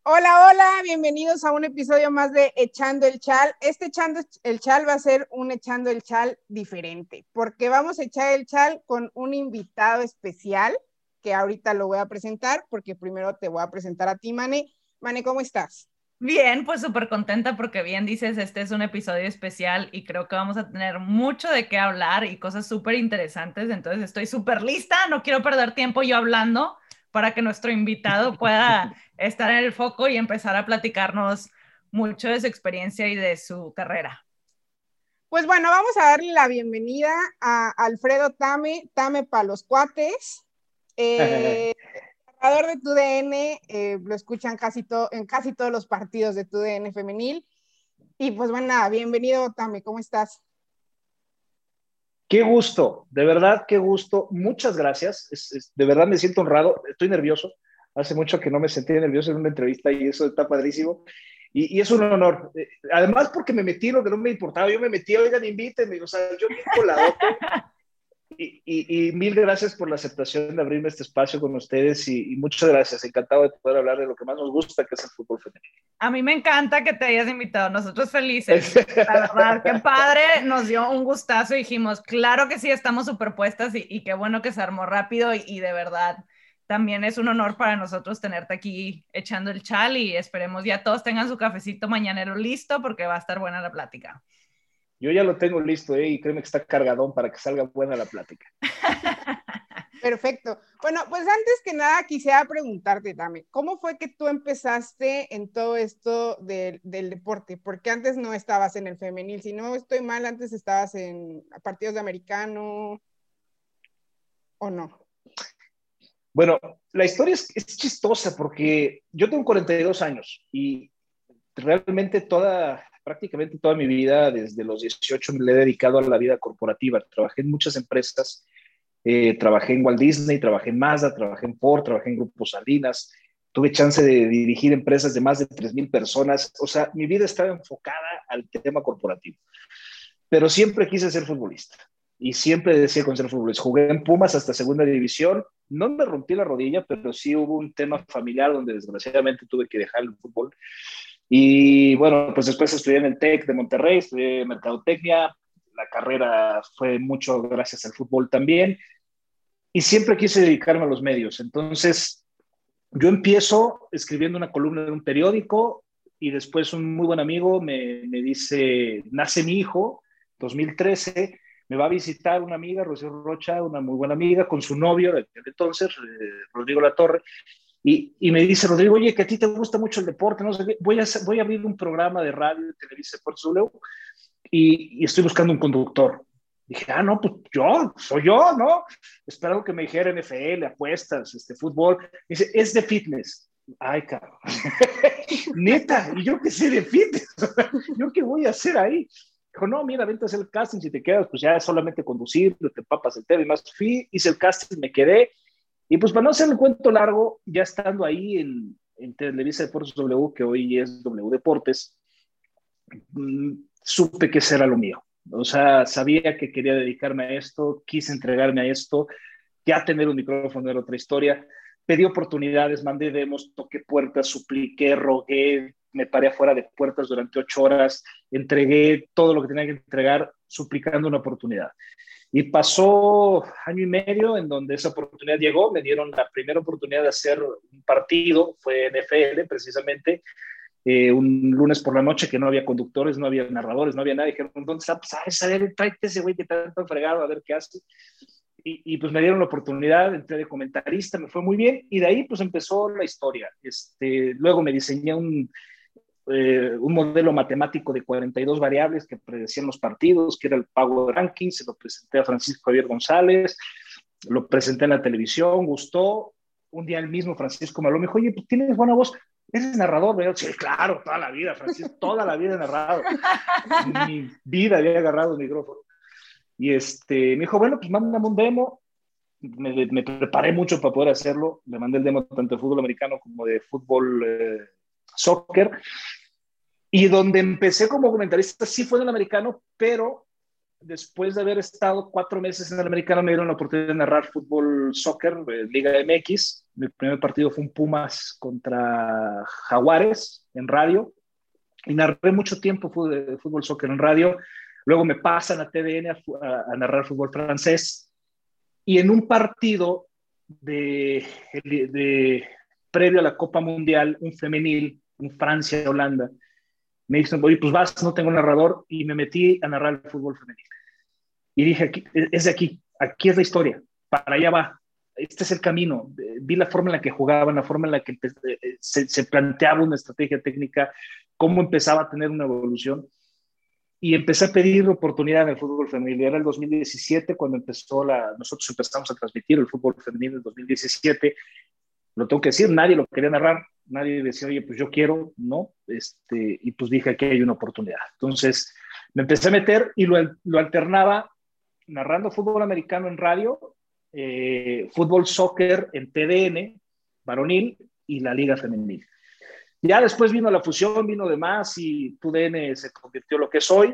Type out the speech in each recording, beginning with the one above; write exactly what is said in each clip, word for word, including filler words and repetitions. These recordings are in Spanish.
Hola, hola, bienvenidos a un episodio más de Echando el Chal. Este Echando el Chal va a ser un Echando el Chal diferente, porque vamos a echar el chal con un invitado especial, que ahorita lo voy a presentar, porque primero te voy a presentar a ti, Mane. Mane, ¿cómo estás? Bien, pues súper contenta porque bien dices, este es un episodio especial y creo que vamos a tener mucho de qué hablar y cosas súper interesantes, entonces estoy súper lista, no quiero perder tiempo yo hablando para que nuestro invitado pueda estar en el foco y empezar a platicarnos mucho de su experiencia y de su carrera. Pues bueno, vamos a darle la bienvenida a Alfredo Tame, Tame para los cuates. Eh, narrador de tu D N, eh, lo escuchan casi to en casi todos los partidos de tu D N femenil. Y pues bueno, nada, bienvenido, Tame, ¿cómo estás? Qué gusto, de verdad, qué gusto. Muchas gracias. Es, es, de verdad me siento honrado. Estoy nervioso. Hace mucho que no me sentí nervioso en una entrevista y eso está padrísimo. Y, y es un honor. Eh, además, porque me metí lo que no me importaba. Yo me metí, oigan, invítenme. O sea, yo bien coladote. Y, y, y mil gracias por la aceptación de abrirme este espacio con ustedes y, y muchas gracias. Encantado de poder hablar de lo que más nos gusta, que es el fútbol femenino. A mí me encanta que te hayas invitado, nosotros felices, la verdad, qué padre, nos dio un gustazo y dijimos, claro que sí, estamos superpuestas y, y qué bueno que se armó rápido y, y de verdad también es un honor para nosotros tenerte aquí echando el chal y esperemos ya todos tengan su cafecito mañanero listo porque va a estar buena la plática. Yo ya lo tengo listo, ¿eh? Y créeme que está cargadón para que salga buena la plática. Perfecto. Bueno, pues antes que nada quisiera preguntarte, Tame, ¿cómo fue que tú empezaste en todo esto del, del deporte? Porque antes no estabas en el femenil, si no estoy mal, antes estabas en partidos de americano, ¿o no? Bueno, la historia es, es chistosa porque yo tengo cuarenta y dos años y realmente toda, prácticamente toda mi vida, desde los dieciocho, me la he dedicado a la vida corporativa. Trabajé en muchas empresas, eh, trabajé en Walt Disney, trabajé en Mazda, trabajé en Ford, trabajé en Grupo Salinas, tuve chance de dirigir empresas de más de tres mil personas. O sea, mi vida estaba enfocada al tema corporativo, pero siempre quise ser futbolista y siempre decía con ser futbolista. Jugué en Pumas hasta segunda división, no me rompí la rodilla, pero sí hubo un tema familiar donde desgraciadamente tuve que dejar el fútbol. Y bueno, pues después estudié en el TEC de Monterrey, estudié Mercadotecnia, la carrera fue mucho gracias al fútbol también, y siempre quise dedicarme a los medios. Entonces, yo empiezo escribiendo una columna en un periódico y después un muy buen amigo me, me dice, nace mi hijo, dos mil trece, me va a visitar una amiga, Rocío Rocha, una muy buena amiga, con su novio de entonces, eh, Rodrigo Latorre, y, y me dice, Rodrigo, oye, que a ti te gusta mucho el deporte, no sé qué, voy a, hacer, voy a abrir un programa de radio de Televisa Deportes W y, y estoy buscando un conductor. Dije, ah, no, pues yo, soy yo, ¿no? Esperaba que me dijera N F L, apuestas, este, fútbol. Dice, es de fitness. Ay, cabrón. Neta, ¿y yo qué sé de fitness? ¿Yo qué voy a hacer ahí? Dijo, no, mira, vente a hacer el casting, si te quedas, pues ya es solamente conducir, te empapas el tema y más. Fui, hice el casting, me quedé, y pues para no hacer el cuento largo, ya estando ahí en, en Televisa Deportes W, que hoy es W Deportes, mmm, supe que ese era lo mío. O sea, sabía que quería dedicarme a esto, quise entregarme a esto, ya tener un micrófono era otra historia. Pedí oportunidades, mandé demos, toqué puertas, supliqué, rogué, me paré afuera de puertas durante ocho horas, entregué todo lo que tenía que entregar, suplicando una oportunidad. Y pasó año y medio en donde esa oportunidad llegó, me dieron la primera oportunidad de hacer un partido, fue N F L precisamente, eh, un lunes por la noche que no había conductores, no había narradores, no había nadie. Dijeron, ¿dónde está? Pues, a ver, tráete ese güey que está tan fregado, a ver qué hace. Y, y, pues me dieron la oportunidad, entré de comentarista, me fue muy bien, y de ahí pues empezó la historia. Este, luego me diseñé un, eh, un modelo matemático de cuarenta y dos variables que predecían los partidos, que era el Power Ranking, se lo presenté a Francisco Javier González, lo presenté en la televisión, gustó. Un día el mismo Francisco me habló, me dijo, oye, pues tienes buena voz, ¿eres narrador? ¿Verdad? Sí, claro, toda la vida, Francisco, toda la vida he narrado. Mi vida había agarrado el micrófono. Y este, me dijo, bueno, pues mándame un demo. Me, me preparé mucho para poder hacerlo. Le mandé el demo tanto de fútbol americano como de fútbol eh, soccer. Y donde empecé como comentarista, sí fue en el americano, pero después de haber estado cuatro meses en el americano, me dieron la oportunidad de narrar fútbol, soccer, eh, Liga M X. Mi primer partido fue un Pumas contra Jaguares en radio. Y narré mucho tiempo fútbol, fútbol soccer en radio. Luego me pasan a T V N a, a, a narrar fútbol francés. Y en un partido de, de, de previo a la Copa Mundial, un femenil, un Francia-Holanda, me dicen, oye, pues vas, no tengo narrador, y me metí a narrar el fútbol femenil. Y dije, aquí, es de aquí, aquí es la historia, para allá va, este es el camino. Vi la forma en la que jugaban, la forma en la que se, se planteaba una estrategia técnica, cómo empezaba a tener una evolución, y empecé a pedir oportunidad en el fútbol femenil. Era el dos mil diecisiete cuando empezó la, nosotros empezamos a transmitir el fútbol femenil en el dos mil diecisiete. Lo tengo que decir, nadie lo quería narrar, nadie decía, oye, pues yo quiero, ¿no? Este, y pues dije, aquí hay una oportunidad. Entonces me empecé a meter y lo, lo alternaba narrando fútbol americano en radio, eh, fútbol soccer en T D N, varonil, y la liga femenil. Ya después vino la fusión, vino de más, y T D N se convirtió en lo que es hoy,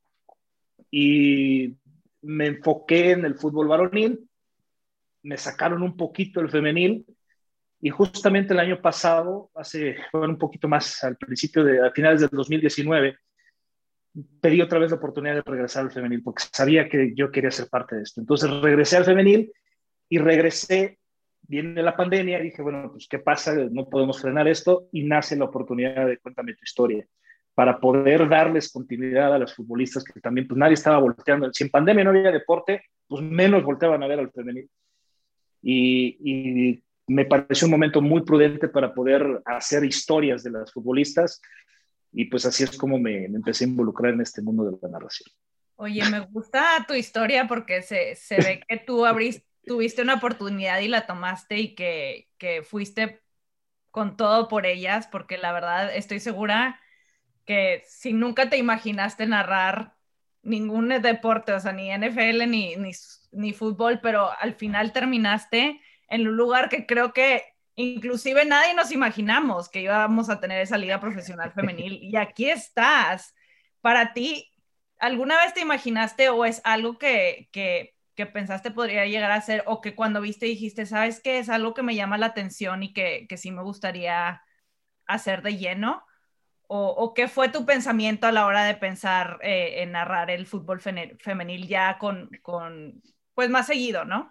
y me enfoqué en el fútbol varonil, me sacaron un poquito el femenil, y justamente el año pasado, hace bueno, un poquito más al principio, de, a finales del dos mil diecinueve, pedí otra vez la oportunidad de regresar al femenil, porque sabía que yo quería ser parte de esto. Entonces regresé al femenil, y regresé, viene la pandemia, y dije, bueno, pues ¿qué pasa? No podemos frenar esto, y nace la oportunidad de Cuéntame tu historia, para poder darles continuidad a los futbolistas que también, pues nadie estaba volteando. Si en pandemia no había deporte, pues menos volteaban a ver al femenil. Y, y me pareció un momento muy prudente para poder hacer historias de las futbolistas, y pues así es como me, me empecé a involucrar en este mundo de la narración. Oye, me gusta tu historia porque se, se ve que tú abriste, tuviste una oportunidad y la tomaste, y que, que fuiste con todo por ellas, porque la verdad estoy segura que si nunca te imaginaste narrar ningún deporte, o sea, ni N F L ni, ni, ni fútbol, pero al final terminaste en un lugar que creo que inclusive nadie nos imaginamos que íbamos a tener esa liga profesional femenil, y aquí estás. Para ti, ¿alguna vez te imaginaste, o es algo que, que, que pensaste podría llegar a ser, o que cuando viste dijiste, sabes qué, es algo que me llama la atención y que, que sí me gustaría hacer de lleno? ¿O, o qué fue tu pensamiento a la hora de pensar eh, en narrar el fútbol femenil ya con, con, pues más seguido, ¿no?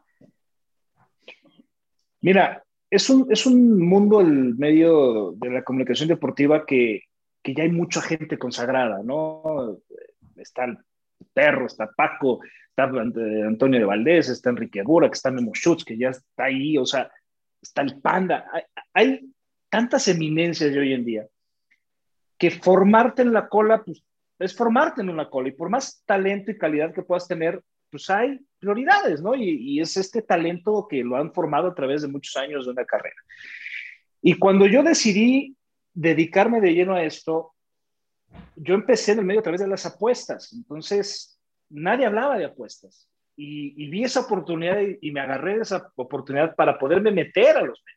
Mira, es un, es un mundo, el medio de la comunicación deportiva, que, que ya hay mucha gente consagrada, ¿no? Está el Perro, está Paco, está Antonio de Valdés, está Enrique Agura, que está Memo Schutz, que ya está ahí, o sea, está el Panda. Hay, hay tantas eminencias de hoy en día que formarte en la cola, pues es formarte en una cola, y por más talento y calidad que puedas tener, pues hay prioridades, ¿no? Y, y es este talento que lo han formado a través de muchos años de una carrera. Y cuando yo decidí dedicarme de lleno a esto, yo empecé en el medio a través de las apuestas. Entonces nadie hablaba de apuestas, y, y vi esa oportunidad, y, y me agarré de esa oportunidad para poderme meter a los medios.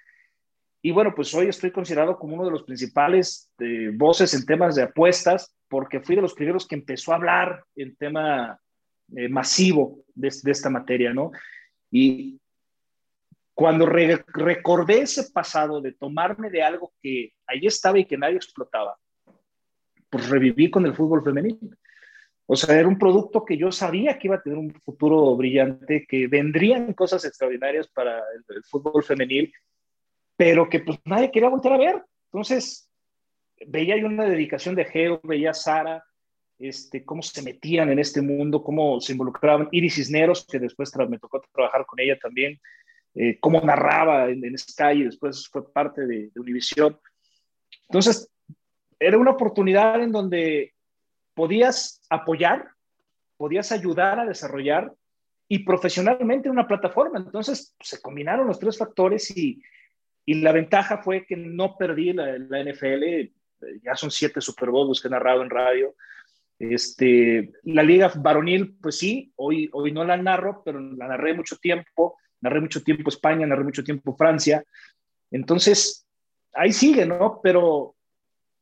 Y bueno, pues hoy estoy considerado como uno de los principales eh, voces en temas de apuestas, porque fui de los primeros que empezó a hablar en tema eh, masivo de, de esta materia, ¿no? Y cuando re recordé ese pasado de tomarme de algo que ahí estaba y que nadie explotaba, pues reviví con el fútbol femenino. O sea, era un producto que yo sabía que iba a tener un futuro brillante, que vendrían cosas extraordinarias para el, el fútbol femenil, pero que pues nadie quería volver a ver. Entonces, veía yo una dedicación de Geo, veía a Sara, este, cómo se metían en este mundo, cómo se involucraban. Iris Cisneros, que después me tocó trabajar con ella también, eh, cómo narraba en, en Sky, y después fue parte de, de Univisión. Entonces, era una oportunidad en donde podías apoyar, podías ayudar a desarrollar, y profesionalmente una plataforma. Entonces, pues, se combinaron los tres factores, y Y la ventaja fue que no perdí la, la N F L, ya son siete Super Bowls que he narrado en radio. Este, la liga varonil, pues sí, hoy, hoy no la narro, pero la narré mucho tiempo, narré mucho tiempo España, narré mucho tiempo Francia. Entonces, ahí sigue, ¿no? Pero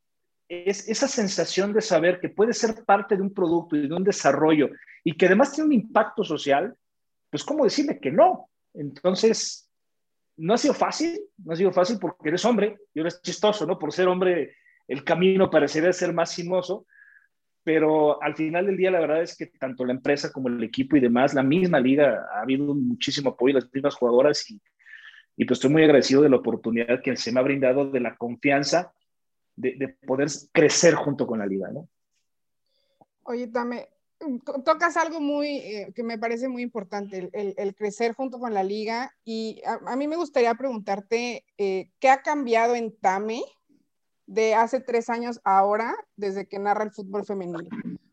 es esa sensación de saber que puede ser parte de un producto y de un desarrollo y que además tiene un impacto social, pues ¿cómo decirle que no? Entonces, no ha sido fácil, no ha sido fácil porque eres hombre y eres chistoso, ¿no? Por ser hombre, el camino parecería ser más sinuoso, pero al final del día la verdad es que tanto la empresa como el equipo y demás, la misma liga, ha habido muchísimo apoyo de las mismas jugadoras y, y pues estoy muy agradecido de la oportunidad que se me ha brindado, de la confianza de, de poder crecer junto con la liga, ¿no? Oye, Tame, tocas algo muy, eh, que me parece muy importante, el, el, el crecer junto con la liga, y a, a mí me gustaría preguntarte, eh, ¿qué ha cambiado en Tame de hace tres años a ahora, desde que narra el fútbol femenino?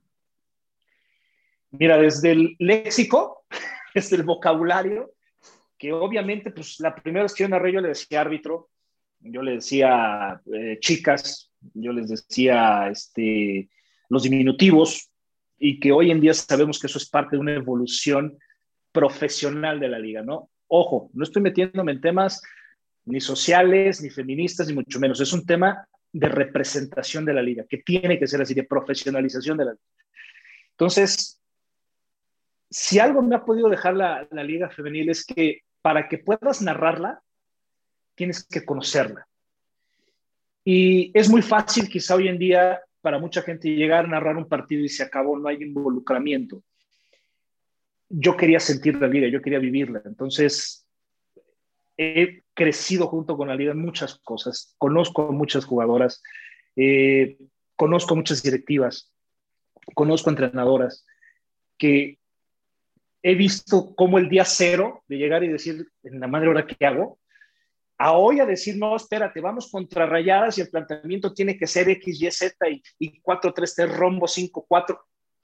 Mira, desde el léxico, desde el vocabulario, que obviamente, pues la primera vez que yo narré, yo le decía árbitro, yo le decía eh, chicas, yo les decía este, los diminutivos, y que hoy en día sabemos que eso es parte de una evolución profesional de la liga, ¿no? Ojo, no estoy metiéndome en temas ni sociales, ni feministas, ni mucho menos. Es un tema de representación de la liga, que tiene que ser así, de profesionalización de la liga. Entonces, si algo me ha podido dejar la, la liga femenil es que para que puedas narrarla, tienes que conocerla. Y es muy fácil quizá hoy en día para mucha gente llegar a narrar un partido y se acabó, no hay involucramiento. Yo quería sentir la liga, yo quería vivirla. Entonces, he crecido junto con la liga en muchas cosas. Conozco a muchas jugadoras, eh, conozco muchas directivas, conozco entrenadoras que he visto cómo el día cero de llegar y decir, en la madre hora, ¿qué hago? A hoy a decir, no, espérate, vamos contra Rayadas y el planteamiento tiene que ser X, Y, Z y, y cuatro tres tres, rombo cinco cuatro.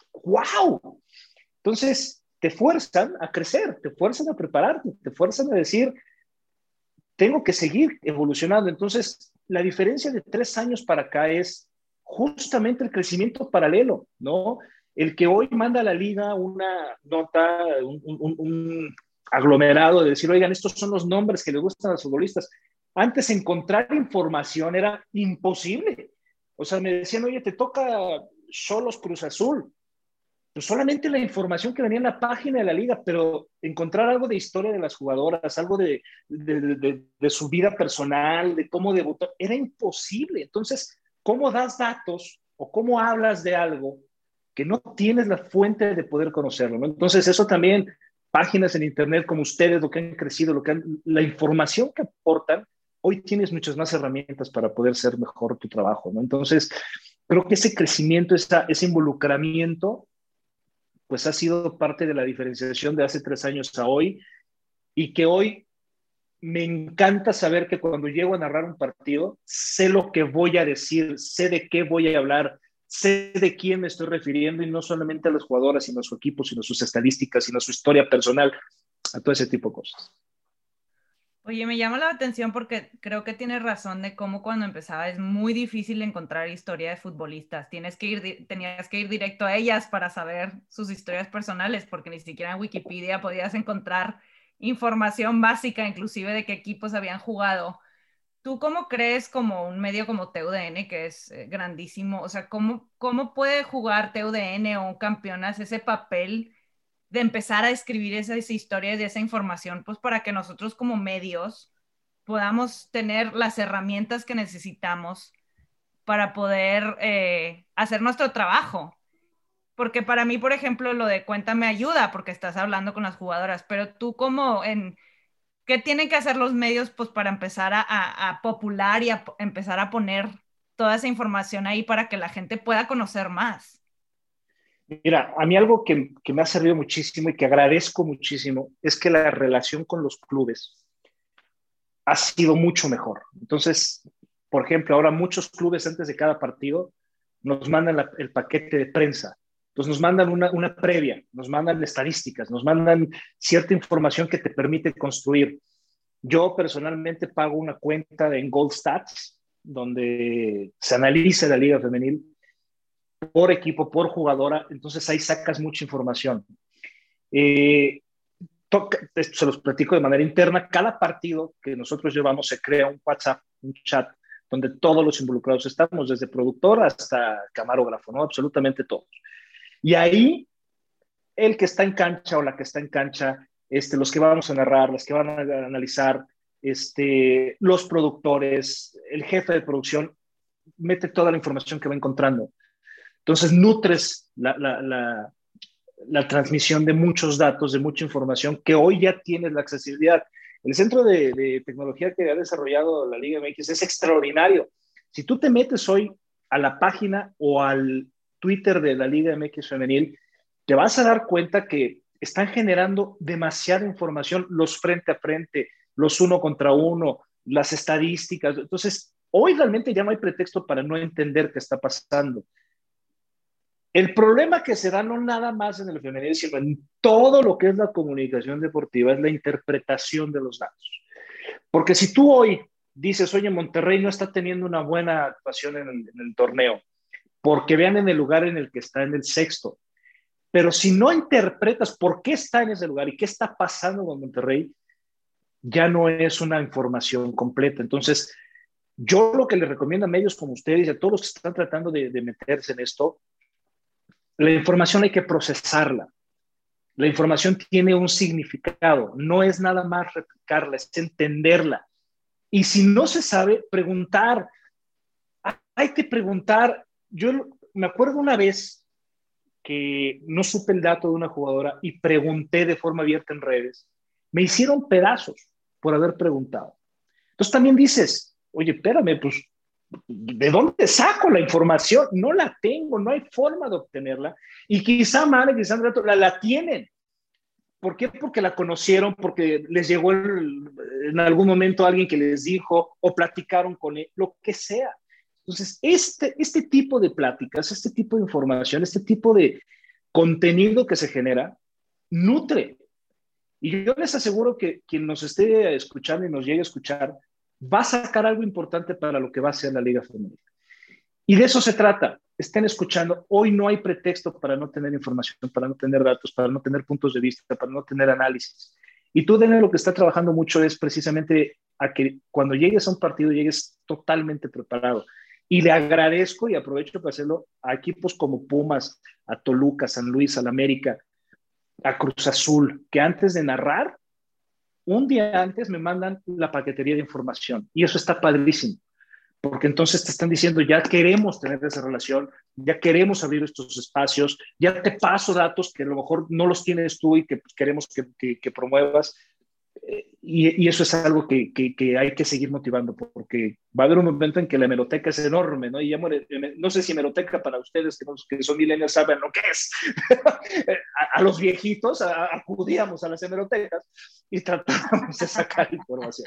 ¡Wow! Entonces, te fuerzan a crecer, te fuerzan a prepararte, te fuerzan a decir, tengo que seguir evolucionando. Entonces, la diferencia de tres años para acá es justamente el crecimiento paralelo, ¿no? El que hoy manda a la liga una nota, un, un, un aglomerado de decir, oigan, estos son los nombres que les gustan a los futbolistas. Antes encontrar información era imposible. O sea, me decían, oye, te toca Xolos Cruz Azul. Pues solamente la información que venía en la página de la liga, pero encontrar algo de historia de las jugadoras, algo de, de, de, de su vida personal, de cómo debutó, era imposible. Entonces, ¿cómo das datos o cómo hablas de algo que no tienes la fuente de poder conocerlo, ¿no? Entonces, eso también, páginas en internet como ustedes, lo que han crecido, lo que han, la información que aportan, hoy tienes muchas más herramientas para poder hacer mejor tu trabajo, ¿no? Entonces, creo que ese crecimiento, esa, ese involucramiento, pues ha sido parte de la diferenciación de hace tres años a hoy, y que hoy me encanta saber que cuando llego a narrar un partido, sé lo que voy a decir, sé de qué voy a hablar, sé de quién me estoy refiriendo, y no solamente a las jugadoras, sino a su equipo, sino a sus estadísticas, sino a su historia personal, a todo ese tipo de cosas. Oye, me llama la atención porque creo que tienes razón de cómo cuando empezaba es muy difícil encontrar historia de futbolistas. Tienes que ir, tenías que ir directo a ellas para saber sus historias personales, porque ni siquiera en Wikipedia podías encontrar información básica, inclusive de qué equipos habían jugado. ¿Tú cómo crees, como un medio como T U D N, que es eh, grandísimo, o sea, cómo, cómo puede jugar T U D N o un Campeonas ese papel de empezar a escribir esas historias y esa información, pues para que nosotros como medios podamos tener las herramientas que necesitamos para poder eh, hacer nuestro trabajo? Porque para mí, por ejemplo, lo de Cuéntame ayuda, porque estás hablando con las jugadoras, pero tú como en... ¿Qué tienen que hacer los medios pues, para empezar a, a, a popular y a empezar a poner toda esa información ahí para que la gente pueda conocer más? Mira, a mí algo que, que me ha servido muchísimo y que agradezco muchísimo es que la relación con los clubes ha sido mucho mejor. Entonces, por ejemplo, ahora muchos clubes antes de cada partido nos mandan la, el paquete de prensa. Entonces nos mandan una, una previa, nos mandan estadísticas, nos mandan cierta información que te permite construir. Yo personalmente pago una cuenta en Gold Stats, donde se analiza la liga femenil por equipo, por jugadora, entonces ahí sacas mucha información. Eh, toca, se los platico de manera interna, cada partido que nosotros llevamos se crea un WhatsApp, un chat, donde todos los involucrados estamos, desde productor hasta camarógrafo, ¿no? Absolutamente todos. Y ahí, el que está en cancha o la que está en cancha, este, los que vamos a narrar, los que van a analizar, este, los productores, el jefe de producción, mete toda la información que va encontrando. Entonces, nutres la, la, la, la transmisión de muchos datos, de mucha información, que hoy ya tienes la accesibilidad. El centro de, de tecnología que ha desarrollado la Liga M X es extraordinario. Si tú te metes hoy a la página o al Twitter de la Liga M X Femenil, te vas a dar cuenta que están generando demasiada información, los frente a frente, los uno contra uno, las estadísticas. Entonces, hoy realmente ya no hay pretexto para no entender qué está pasando. El problema que se da no nada más en el femenil, sino en todo lo que es la comunicación deportiva, es la interpretación de los datos. Porque si tú hoy dices, oye, Monterrey no está teniendo una buena actuación en el, en el torneo, porque vean en el lugar en el que está, en el sexto, pero si no interpretas por qué está en ese lugar y qué está pasando con Monterrey, ya no es una información completa. Entonces, yo lo que les recomiendo a medios como ustedes y a todos los que están tratando de, de meterse en esto, la información hay que procesarla. La información tiene un significado, no es nada más replicarla, es entenderla. Y si no se sabe, preguntar. Hay que preguntar. Yo me acuerdo una vez que no supe el dato de una jugadora y pregunté de forma abierta en redes. Me hicieron pedazos por haber preguntado. Entonces también dices, oye, espérame, pues, ¿de dónde saco la información? No la tengo, no hay forma de obtenerla. Y quizá Mane, quizá Andrea, la, la tienen. ¿Por qué? Porque la conocieron, porque les llegó el, en algún momento alguien que les dijo o platicaron con él, lo que sea. Entonces, este, este tipo de pláticas, este tipo de información, este tipo de contenido que se genera, nutre. Y yo les aseguro que quien nos esté escuchando y nos llegue a escuchar, va a sacar algo importante para lo que va a ser la Liga Femenina. Y de eso se trata. Estén escuchando. Hoy no hay pretexto para no tener información, para no tener datos, para no tener puntos de vista, para no tener análisis. Y tú, Daniel, lo que está trabajando mucho es precisamente a que cuando llegues a un partido llegues totalmente preparado. Y le agradezco y aprovecho para hacerlo a equipos como Pumas, a Toluca, San Luis, al América, a Cruz Azul, que antes de narrar, un día antes me mandan la paquetería de información. Y eso está padrísimo. Porque entonces te están diciendo, ya queremos tener esa relación, ya queremos abrir estos espacios, ya te paso datos que a lo mejor no los tienes tú y que pues, queremos que, que, que promuevas. Eh, y, y eso es algo que, que, que hay que seguir motivando, porque va a haber un momento en que la hemeroteca es enorme, ¿no? Y ya muere, no sé si hemeroteca para ustedes que, que son millennials saben lo que es. a, a los viejitos a, acudíamos a las hemerotecas y tratábamos de sacar información.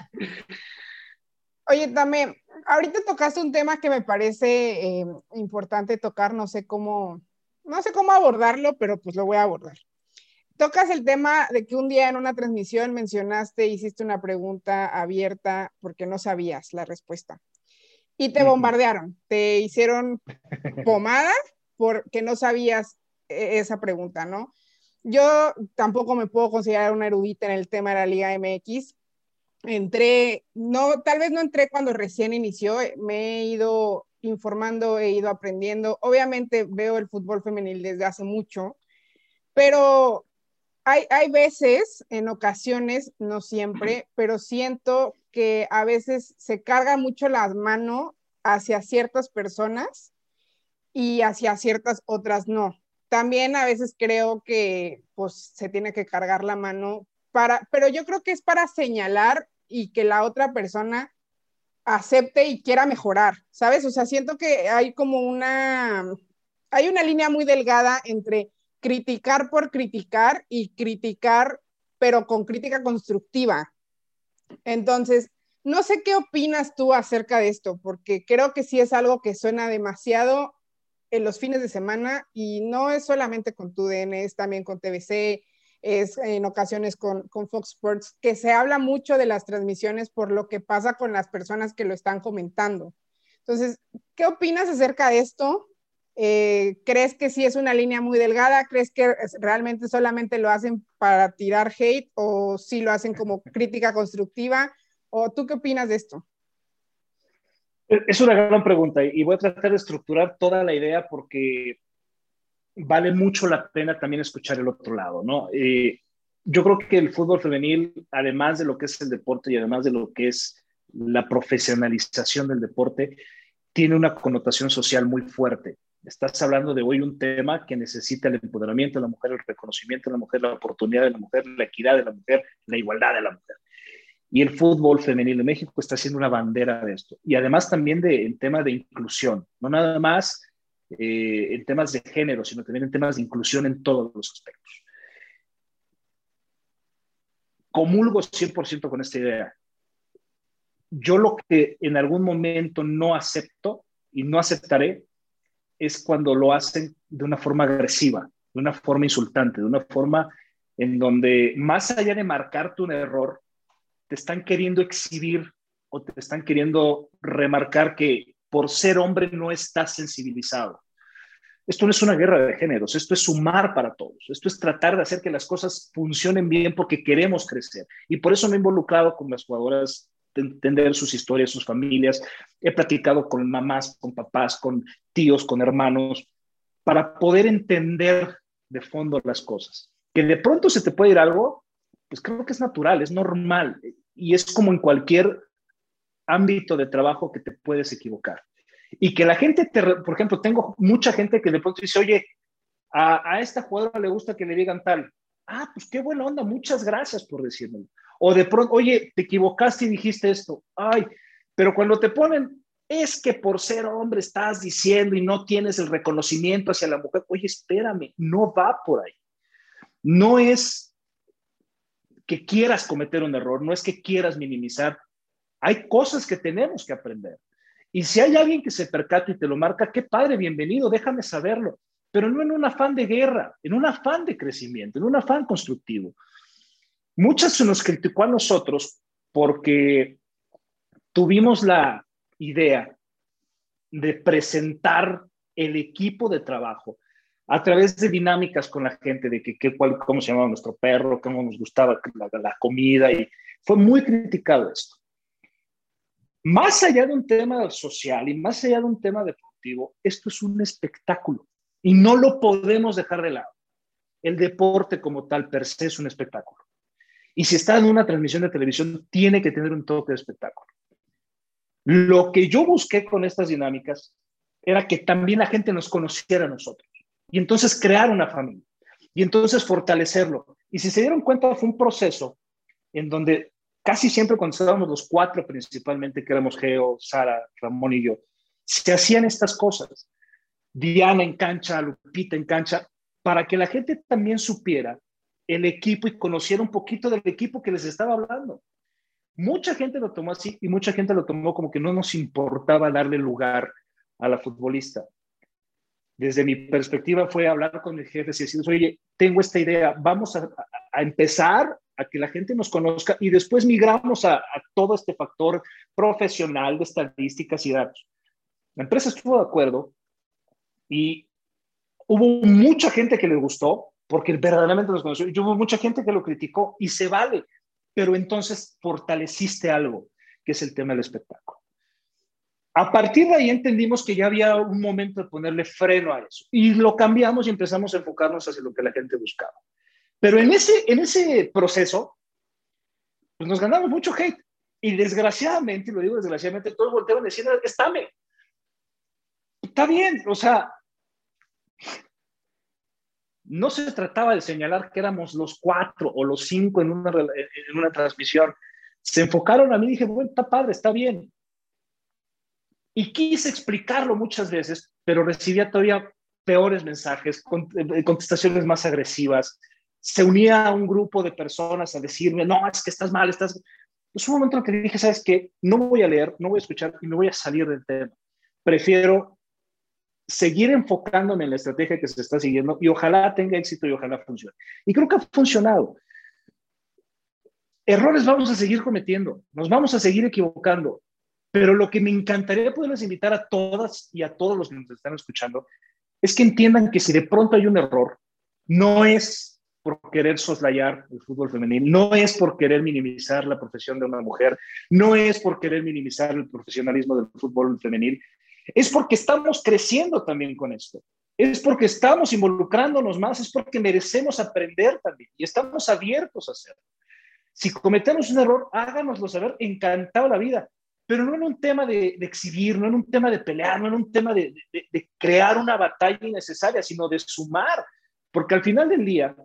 Oye, también, ahorita tocaste un tema que me parece eh, importante tocar, no sé cómo, no sé cómo abordarlo, pero pues lo voy a abordar. Tocas el tema de que un día en una transmisión mencionaste, hiciste una pregunta abierta porque no sabías la respuesta. Y te bombardearon, te hicieron pomada porque no sabías esa pregunta, ¿no? Yo tampoco me puedo considerar una erudita en el tema de la Liga M X. Entré, no, tal vez no entré cuando recién inició, me he ido informando, he ido aprendiendo. Obviamente veo el fútbol femenil desde hace mucho, pero hay, hay veces, en ocasiones, no siempre, pero siento que a veces se carga mucho las manos hacia ciertas personas y hacia ciertas otras no. También a veces creo que pues se tiene que cargar la mano para, pero yo creo que es para señalar y que la otra persona acepte y quiera mejorar, ¿sabes? O sea, siento que hay como una, hay una línea muy delgada entre criticar por criticar y criticar, pero con crítica constructiva. Entonces, no sé qué opinas tú acerca de esto, porque creo que sí es algo que suena demasiado en los fines de semana y no es solamente con T U D N, es también con T V C, es en ocasiones con, con Fox Sports, que se habla mucho de las transmisiones por lo que pasa con las personas que lo están comentando. Entonces, ¿qué opinas acerca de esto? Eh, ¿Crees que sí es una línea muy delgada? ¿Crees que realmente solamente lo hacen para tirar hate o sí lo hacen como crítica constructiva? ¿O tú qué opinas de esto? Es una gran pregunta y voy a tratar de estructurar toda la idea porque vale mucho la pena también escuchar el otro lado, ¿no? Eh, yo creo que el fútbol femenil, además de lo que es el deporte y además de lo que es la profesionalización del deporte, tiene una connotación social muy fuerte. Estás hablando de hoy un tema que necesita el empoderamiento de la mujer, el reconocimiento de la mujer, la oportunidad de la mujer, la equidad de la mujer, la igualdad de la mujer. Y el fútbol femenil de México está siendo una bandera de esto. Y además también de, en temas de inclusión, no nada más eh, en temas de género, sino también en temas de inclusión en todos los aspectos. Comulgo cien por ciento con esta idea. Yo lo que en algún momento no acepto y no aceptaré es cuando lo hacen de una forma agresiva, de una forma insultante, de una forma en donde más allá de marcarte un error, te están queriendo exhibir o te están queriendo remarcar que por ser hombre no estás sensibilizado. Esto no es una guerra de géneros, esto es sumar para todos, esto es tratar de hacer que las cosas funcionen bien porque queremos crecer. Y por eso me he involucrado con las jugadoras, de entender sus historias, sus familias. He platicado con mamás, con papás, con tíos, con hermanos, para poder entender de fondo las cosas. Que de pronto se te puede ir algo, pues creo que es natural, es normal. Y es como en cualquier ámbito de trabajo que te puedes equivocar. Y que la gente, te, por ejemplo, tengo mucha gente que de pronto dice, oye, a, a esta jugadora le gusta que le digan tal. Ah, pues qué buena onda, muchas gracias por decírmelo. O de pronto, oye, te equivocaste y dijiste esto. Ay, pero cuando te ponen, es que por ser hombre estás diciendo y no tienes el reconocimiento hacia la mujer. Oye, espérame, no va por ahí. No es que quieras cometer un error, no es que quieras minimizar. Hay cosas que tenemos que aprender. Y si hay alguien que se percata y te lo marca, qué padre, bienvenido, déjame saberlo. Pero no en un afán de guerra, en un afán de crecimiento, en un afán constructivo. Muchas se nos criticó a nosotros porque tuvimos la idea de presentar el equipo de trabajo a través de dinámicas con la gente, de que, que cuál, cómo se llamaba nuestro perro, cómo nos gustaba la, la comida, y fue muy criticado esto. Más allá de un tema social y más allá de un tema deportivo, esto es un espectáculo y no lo podemos dejar de lado. El deporte como tal per se es un espectáculo. Y si está en una transmisión de televisión, tiene que tener un toque de espectáculo. Lo que yo busqué con estas dinámicas era que también la gente nos conociera a nosotros. Y entonces crear una familia. Y entonces fortalecerlo. Y si se dieron cuenta, fue un proceso en donde casi siempre cuando estábamos los cuatro principalmente, que éramos Geo, Sara, Ramón y yo, se hacían estas cosas. Diana en cancha, Lupita en cancha, para que la gente también supiera el equipo y conociera un poquito del equipo que les estaba hablando. Mucha gente lo tomó así y mucha gente lo tomó como que no nos importaba darle lugar a la futbolista. Desde mi perspectiva fue hablar con el jefe y decirles, oye, tengo esta idea, vamos a, a, a empezar a que la gente nos conozca y después migramos a, a todo este factor profesional de estadísticas y datos. La empresa estuvo de acuerdo y hubo mucha gente que le gustó porque verdaderamente nos conoció y hubo mucha gente que lo criticó y se vale, pero entonces fortaleciste algo, que es el tema del espectáculo. A partir de ahí entendimos que ya había un momento de ponerle freno a eso y lo cambiamos y empezamos a enfocarnos hacia lo que la gente buscaba. Pero en ese, en ese proceso, pues nos ganamos mucho hate. Y desgraciadamente, y lo digo desgraciadamente, todos voltearon diciendo, estáme. Está bien, o sea, no se trataba de señalar que éramos los cuatro o los cinco en una, en una transmisión. Se enfocaron a mí y dije, bueno, está padre, está bien. Y quise explicarlo muchas veces, pero recibía todavía peores mensajes, contestaciones más agresivas. Se unía a un grupo de personas a decirme, no, es que estás mal, estás... Es un momento en que dije, ¿sabes qué? No voy a leer, no voy a escuchar y me voy a salir del tema. Prefiero seguir enfocándome en la estrategia que se está siguiendo y ojalá tenga éxito y ojalá funcione. Y creo que ha funcionado. Errores vamos a seguir cometiendo, nos vamos a seguir equivocando, pero lo que me encantaría poderles invitar a todas y a todos los que nos están escuchando es que entiendan que si de pronto hay un error, no es por querer soslayar el fútbol femenil, no es por querer minimizar la profesión de una mujer, no es por querer minimizar el profesionalismo del fútbol femenil, es porque estamos creciendo también con esto, es porque estamos involucrándonos más, es porque merecemos aprender también y estamos abiertos a hacerlo. Si cometemos un error, háganoslo saber, encantado la vida, pero no en un tema de, de exhibir, no en un tema de pelear, no en un tema de, de, de crear una batalla innecesaria, sino de sumar, porque al final del día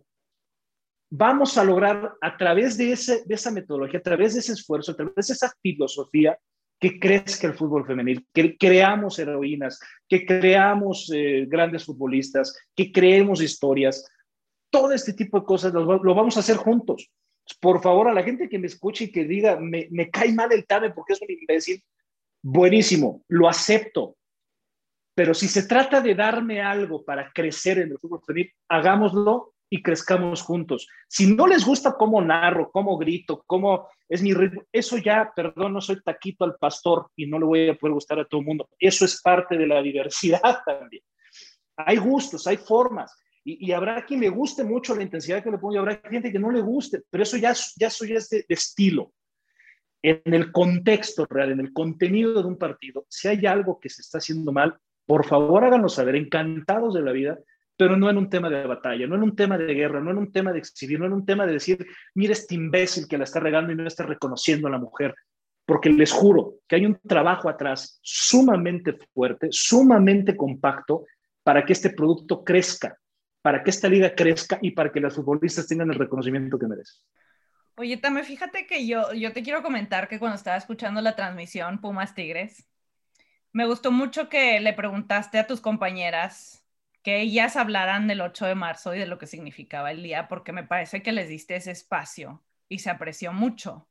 vamos a lograr a través de, ese, de esa metodología, a través de ese esfuerzo, a través de esa filosofía, que crezca el fútbol femenil, que creamos heroínas, que creamos eh, grandes futbolistas, que creemos historias. Todo este tipo de cosas lo, lo vamos a hacer juntos. Por favor, a la gente que me escuche y que diga, me, me cae mal el Tame porque es un imbécil, buenísimo, lo acepto. Pero si se trata de darme algo para crecer en el fútbol femenil, hagámoslo y crezcamos juntos. Si no les gusta cómo narro, cómo grito, cómo es mi ritmo, eso ya, perdón, no soy taquito al pastor y no le voy a poder gustar a todo el mundo. Eso es parte de la diversidad también. Hay gustos, hay formas. Y, y habrá quien le guste mucho la intensidad que le pongo y habrá gente que no le guste, pero eso ya, ya, eso ya es de, de estilo. En el contexto real, en el contenido de un partido, si hay algo que se está haciendo mal, por favor háganos saber, encantados de la vida, pero no en un tema de batalla, no en un tema de guerra, no en un tema de exhibir, no en un tema de decir, mira este imbécil que la está regando y no está reconociendo a la mujer, porque les juro que hay un trabajo atrás sumamente fuerte, sumamente compacto para que este producto crezca, para que esta liga crezca y para que las futbolistas tengan el reconocimiento que merecen. Oye, Tame, fíjate que yo, yo te quiero comentar que cuando estaba escuchando la transmisión Pumas Tigres, me gustó mucho que le preguntaste a tus compañeras que ellas hablaran del ocho de marzo y de lo que significaba el día, porque me parece que les diste ese espacio y se apreció mucho.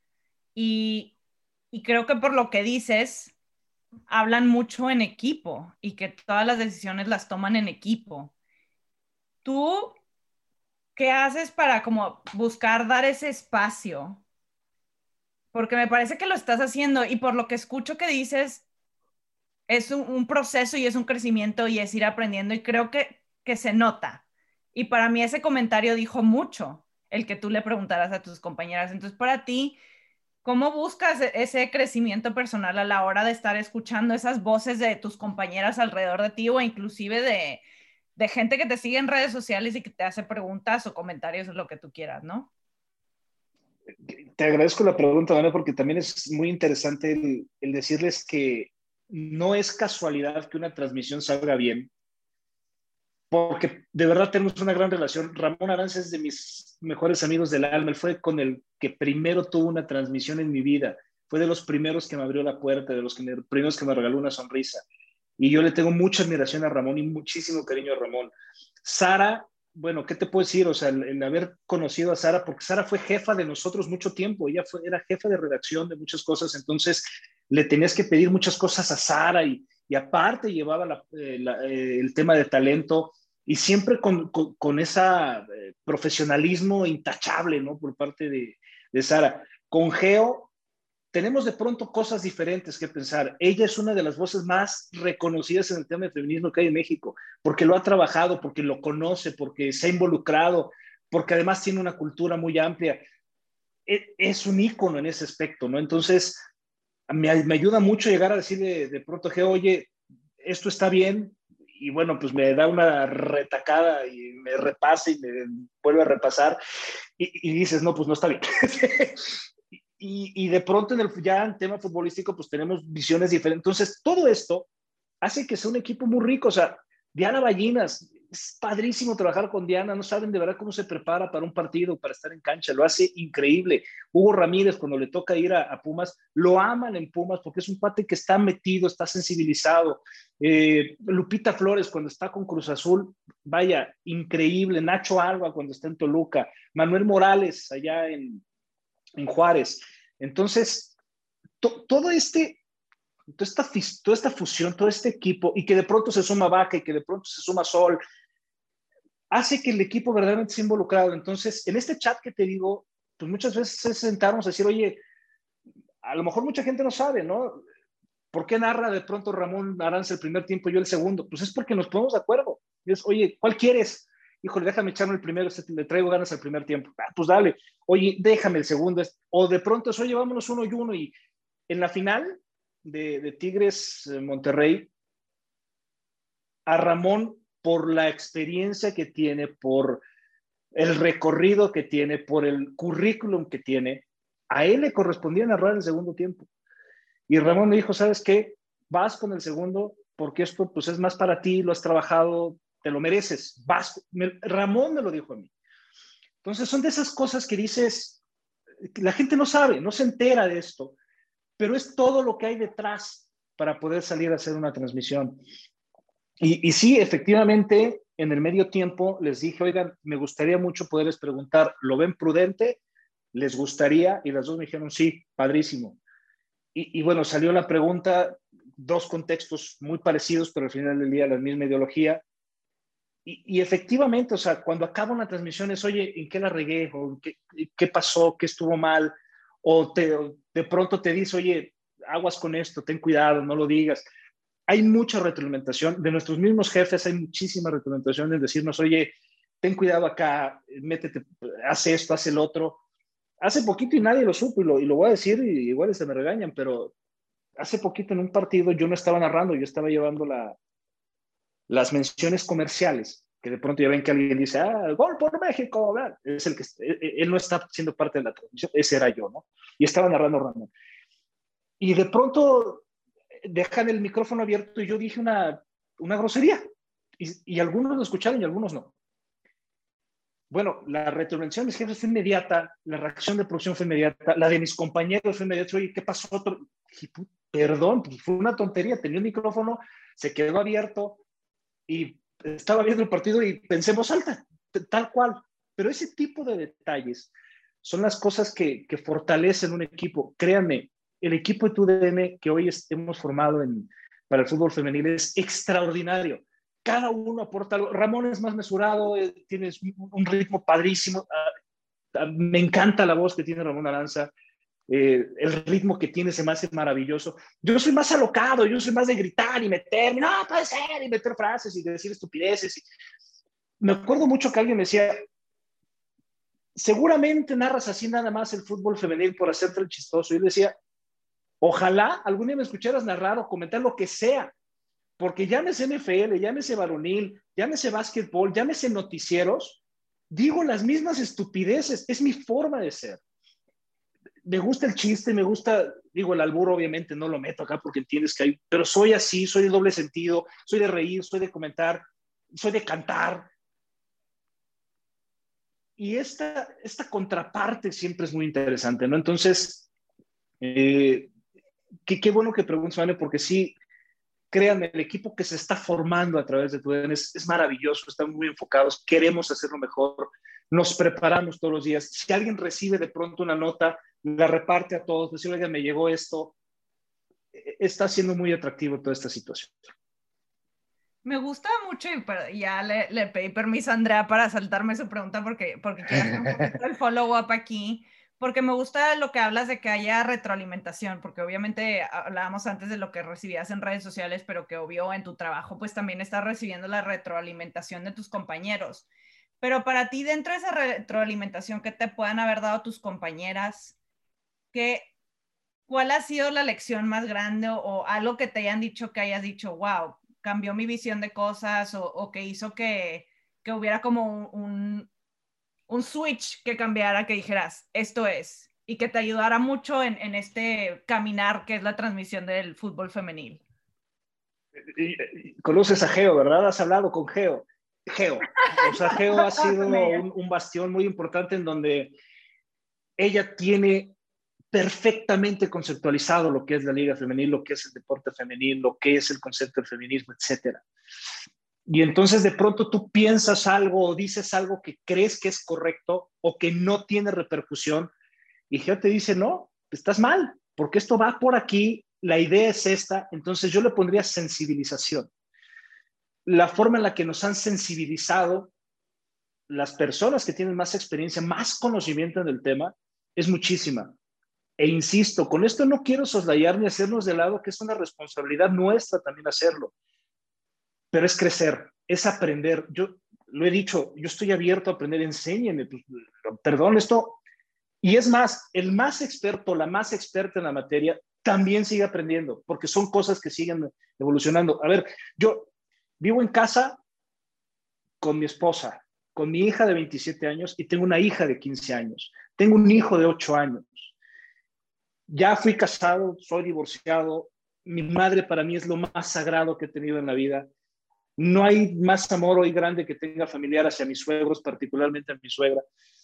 Y, y creo que por lo que dices, hablan mucho en equipo y que todas las decisiones las toman en equipo. ¿Tú qué haces para como buscar dar ese espacio? Porque me parece que lo estás haciendo y por lo que escucho que dices, es un, un proceso y es un crecimiento y es ir aprendiendo y creo que, que se nota. Y para mí ese comentario dijo mucho, el que tú le preguntaras a tus compañeras. Entonces, para ti, ¿cómo buscas ese crecimiento personal a la hora de estar escuchando esas voces de tus compañeras alrededor de ti o inclusive de, de gente que te sigue en redes sociales y que te hace preguntas o comentarios o lo que tú quieras, ¿no? Te agradezco la pregunta, Dana, porque también es muy interesante el, el decirles que no es casualidad que una transmisión salga bien, porque de verdad tenemos una gran relación. Ramón Aranza es de mis mejores amigos del alma, él fue con el que primero tuvo una transmisión en mi vida, fue de los primeros que me abrió la puerta, de los que me, primeros que me regaló una sonrisa, y yo le tengo mucha admiración a Ramón y muchísimo cariño a Ramón. Sara, bueno, ¿qué te puedo decir? O sea, el, el haber conocido a Sara, porque Sara fue jefa de nosotros mucho tiempo, ella fue, era jefa de redacción de muchas cosas, entonces le tenías que pedir muchas cosas a Sara y, y aparte llevaba la, eh, la, eh, el tema de talento y siempre con, con, con ese eh, profesionalismo intachable, ¿no? Por parte de, de Sara. Con Geo tenemos de pronto cosas diferentes que pensar. Ella es una de las voces más reconocidas en el tema de feminismo que hay en México, porque lo ha trabajado, porque lo conoce, porque se ha involucrado, porque además tiene una cultura muy amplia. Es un ícono en ese aspecto, ¿no? Entonces, me, me ayuda mucho llegar a decirle de pronto que, oye, esto está bien, y bueno, pues me da una retacada y me repasa y me vuelve a repasar, y, y dices, no, pues no está bien. Y, y de pronto en el, ya en tema futbolístico pues tenemos visiones diferentes. Entonces todo esto hace que sea un equipo muy rico. O sea, Diana Ballinas, es padrísimo trabajar con Diana, no saben de verdad cómo se prepara para un partido, para estar en cancha, lo hace increíble. Hugo Ramírez, cuando le toca ir a, a Pumas, lo aman en Pumas porque es un pate que está metido, está sensibilizado. Eh, Lupita Flores, cuando está con Cruz Azul, vaya, increíble. Nacho Alba, cuando está en Toluca. Manuel Morales, allá en en Juárez. Entonces, to, todo este, toda esta, toda esta fusión, todo este equipo, y que de pronto se suma Vaca y que de pronto se suma Sol, hace que el equipo verdaderamente sea involucrado. Entonces, en este chat que te digo, pues muchas veces se sentaron a decir, oye, a lo mejor mucha gente no sabe, ¿no? ¿Por qué narra de pronto Ramón Aranza el primer tiempo y yo el segundo? Pues es porque nos ponemos de acuerdo. Es, oye, ¿cuál quieres? híjole, déjame echarme el primero, le traigo ganas al primer tiempo. Ah, pues dale, oye, déjame el segundo. O de pronto es, oye, vámonos uno y uno. Y en la final de, de Tigres eh, Monterrey, a Ramón, por la experiencia que tiene, por el recorrido que tiene, por el currículum que tiene, a él le correspondía narrar el segundo tiempo. Y Ramón me dijo, ¿sabes qué? Vas con el segundo porque esto pues es más para ti, lo has trabajado, te lo mereces. Vas. Me, Ramón me lo dijo a mí. Entonces son de esas cosas que dices, la gente no sabe, no se entera de esto, pero es todo lo que hay detrás para poder salir a hacer una transmisión. Y, y sí, efectivamente, en el medio tiempo les dije, oigan, me gustaría mucho poderles preguntar, ¿lo ven prudente? ¿Les gustaría? Y las dos me dijeron, sí, padrísimo. Y, y bueno, salió la pregunta, dos contextos muy parecidos, pero al final del día la misma ideología. Y, y efectivamente, o sea, cuando acaba una transmisión es, oye, ¿en qué la regué? ¿O qué, qué pasó? ¿Qué estuvo mal? O te, de pronto te dice, oye, aguas con esto, ten cuidado, no lo digas. Hay mucha retroalimentación. De nuestros mismos jefes hay muchísima retroalimentación en decirnos, oye, ten cuidado acá, métete, haz esto, haz el otro. Hace poquito y nadie lo supo, y lo, y lo voy a decir, y igual se me regañan, pero hace poquito en un partido yo no estaba narrando, yo estaba llevando la, las menciones comerciales, que de pronto ya ven que alguien dice, ah, gol por México, ¿verdad? Es el que, él no está siendo parte de la transmisión, ese era yo, ¿no? Y estaba narrando Ramón. Y de pronto dejan el micrófono abierto y yo dije una, una grosería, y, y algunos lo escucharon y algunos no. Bueno, la retroalimentación de mis jefes fue inmediata, la reacción de producción fue inmediata, la de mis compañeros fue inmediata. Oye, ¿qué pasó? Dije, perdón, fue una tontería, tenía un micrófono, se quedó abierto y estaba viendo el partido y pensé en voz alta, tal cual. Pero ese tipo de detalles son las cosas que, que fortalecen un equipo. Créanme, el equipo de T U D N que hoy hemos formado en, para el fútbol femenil es extraordinario. Cada uno aporta algo. Ramón es más mesurado, eh, tienes un ritmo padrísimo. Uh, uh, me encanta la voz que tiene Ramón Aranza. Eh, el ritmo que tiene se me hace maravilloso. Yo soy más alocado, yo soy más de gritar y meter, no puede ser, y meter frases y decir estupideces. Y... Me acuerdo mucho que alguien me decía, seguramente narras así nada más el fútbol femenil por hacerte el chistoso. Y yo le decía, ojalá algún día me escucharas narrar o comentar lo que sea. Porque llámese N F L, llámese varonil, llámese básquetbol, llámese noticieros, digo las mismas estupideces, es mi forma de ser. Me gusta el chiste, me gusta, digo, el albur obviamente no lo meto acá porque entiendes que hay, pero soy así, soy de doble sentido, soy de reír, soy de comentar, soy de cantar. Y esta, esta contraparte siempre es muy interesante, ¿no? Entonces, eh, qué, qué bueno que preguntes, Vane, porque sí, créanme, el equipo que se está formando a través de T U D N es, es maravilloso, están muy enfocados, queremos hacerlo mejor, nos preparamos todos los días. Si alguien recibe de pronto una nota, la reparte a todos, decir, oigan, me llegó esto. Está siendo muy atractivo toda esta situación. Me gusta mucho y ya le, le pedí permiso a Andrea para saltarme su pregunta porque, porque quiero hacer un poquito el follow-up aquí. Porque me gusta lo que hablas de que haya retroalimentación, porque obviamente hablábamos antes de lo que recibías en redes sociales, pero que obvio en tu trabajo pues también estás recibiendo la retroalimentación de tus compañeros. Pero para ti, dentro de esa retroalimentación que te puedan haber dado tus compañeras, ¿qué, ¿cuál ha sido la lección más grande o, o algo que te hayan dicho que hayas dicho, wow, cambió mi visión de cosas o, o que hizo que, que hubiera como un... un un switch que cambiara, que dijeras, esto es, y que te ayudara mucho en, en este caminar que es la transmisión del fútbol femenil? Conoces a Geo, ¿verdad? Has hablado con Geo. Geo. O sea, Geo ha sido un, un bastión muy importante en donde ella tiene perfectamente conceptualizado lo que es la liga femenil, lo que es el deporte femenil, lo que es el concepto del feminismo, etcétera. Y entonces de pronto tú piensas algo o dices algo que crees que es correcto o que no tiene repercusión y Geo te dice, no, estás mal, porque esto va por aquí, la idea es esta. Entonces yo le pondría sensibilización. La forma en la que nos han sensibilizado las personas que tienen más experiencia, más conocimiento en el tema, es muchísima. E insisto, con esto no quiero soslayar ni hacernos de lado que es una responsabilidad nuestra también hacerlo. Pero es crecer, es aprender. Yo, lo he dicho, yo estoy abierto a aprender, enséñenme, pues, perdón, esto. Y es más, el más experto, la más experta en la materia, también sigue aprendiendo, porque son cosas que siguen evolucionando. A ver, yo vivo en casa con mi esposa, con mi hija de veintisiete años y tengo una hija de quince años. Tengo un hijo de ocho años. Ya fui casado, soy divorciado. Mi madre para mí es lo más sagrado que he tenido en la vida. No hay más amor hoy grande que tenga familiar hacia mis suegros, particularmente a mi suegra.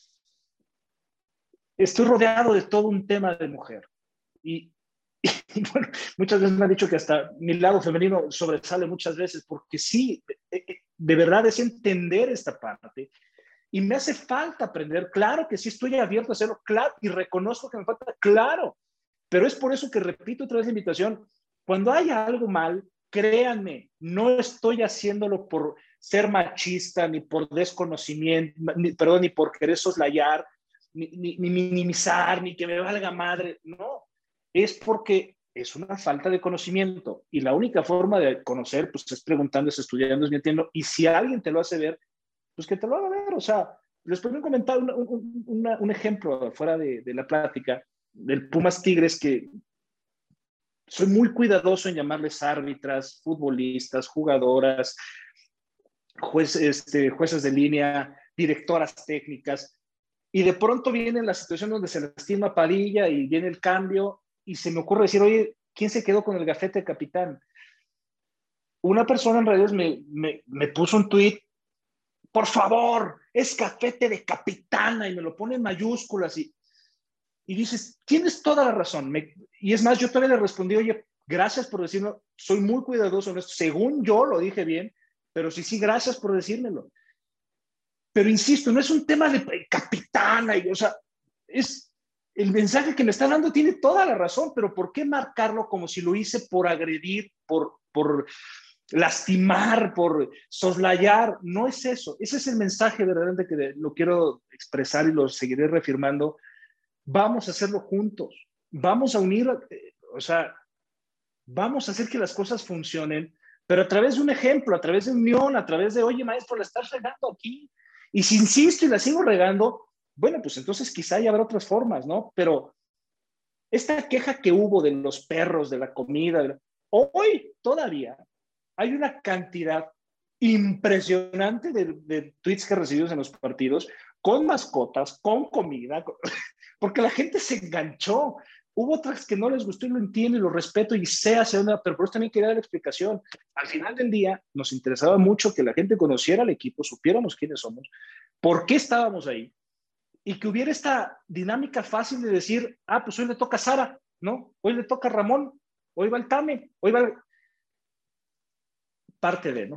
Estoy rodeado de todo un tema de mujer. Y, y bueno, muchas veces me han dicho que hasta mi lado femenino sobresale muchas veces, porque sí, de verdad es entender esta parte. Y me hace falta aprender. Claro que sí estoy abierto a hacerlo, claro, y reconozco que me falta, claro. Pero es por eso que repito otra vez la invitación. Cuando haya algo mal, créanme, no estoy haciéndolo por ser machista, ni por desconocimiento, ni, perdón, ni por querer soslayar, ni, ni, ni minimizar, ni que me valga madre. No, es porque es una falta de conocimiento. Y la única forma de conocer, pues es preguntando, es estudiando, es mintiendo. Y si alguien te lo hace ver, pues que te lo haga ver. O sea, les puedo comentar un, un, una, un ejemplo fuera de, de la plática del Pumas Tigres, que soy muy cuidadoso en llamarles árbitras, futbolistas, jugadoras, juez, este, jueces de línea, directoras técnicas, y de pronto viene la situación donde se lastima Padilla y viene el cambio, y se me ocurre decir, oye, ¿quién se quedó con el gafete de capitán? Una persona en redes me, me, me puso un tuit, por favor, es gafete de capitana, y me lo pone en mayúsculas, y Y dices, tienes toda la razón. Me, y es más, yo todavía le respondí, oye, gracias por decirlo, soy muy cuidadoso en esto. Según yo lo dije bien, pero sí, sí, gracias por decírmelo. Pero insisto, no es un tema de capitana, y, o sea, es el mensaje que me está dando tiene toda la razón, pero ¿por qué marcarlo como si lo hice por agredir, por, por lastimar, por soslayar? No es eso. Ese es el mensaje verdaderamente que lo quiero expresar y lo seguiré reafirmando. Vamos a hacerlo juntos, vamos a unir, o sea, vamos a hacer que las cosas funcionen, pero a través de un ejemplo, a través de unión, a través de, oye, maestro, la estás regando aquí, y si insisto y la sigo regando, bueno, pues entonces quizá ya habrá otras formas, ¿no? Pero esta queja que hubo de los perros, de la comida, de la... hoy todavía hay una cantidad impresionante de, de tweets que recibimos en los partidos, con mascotas, con comida, con... porque la gente se enganchó. Hubo otras que no les gustó y lo entiendo y lo respeto y sé hacia una, pero por eso también quería dar la explicación. Al final del día nos interesaba mucho que la gente conociera al equipo, supiéramos quiénes somos, por qué estábamos ahí y que hubiera esta dinámica fácil de decir, ah, pues hoy le toca a Sara, ¿no? Hoy le toca a Ramón, hoy va el Tame, hoy va el... parte de, ¿no?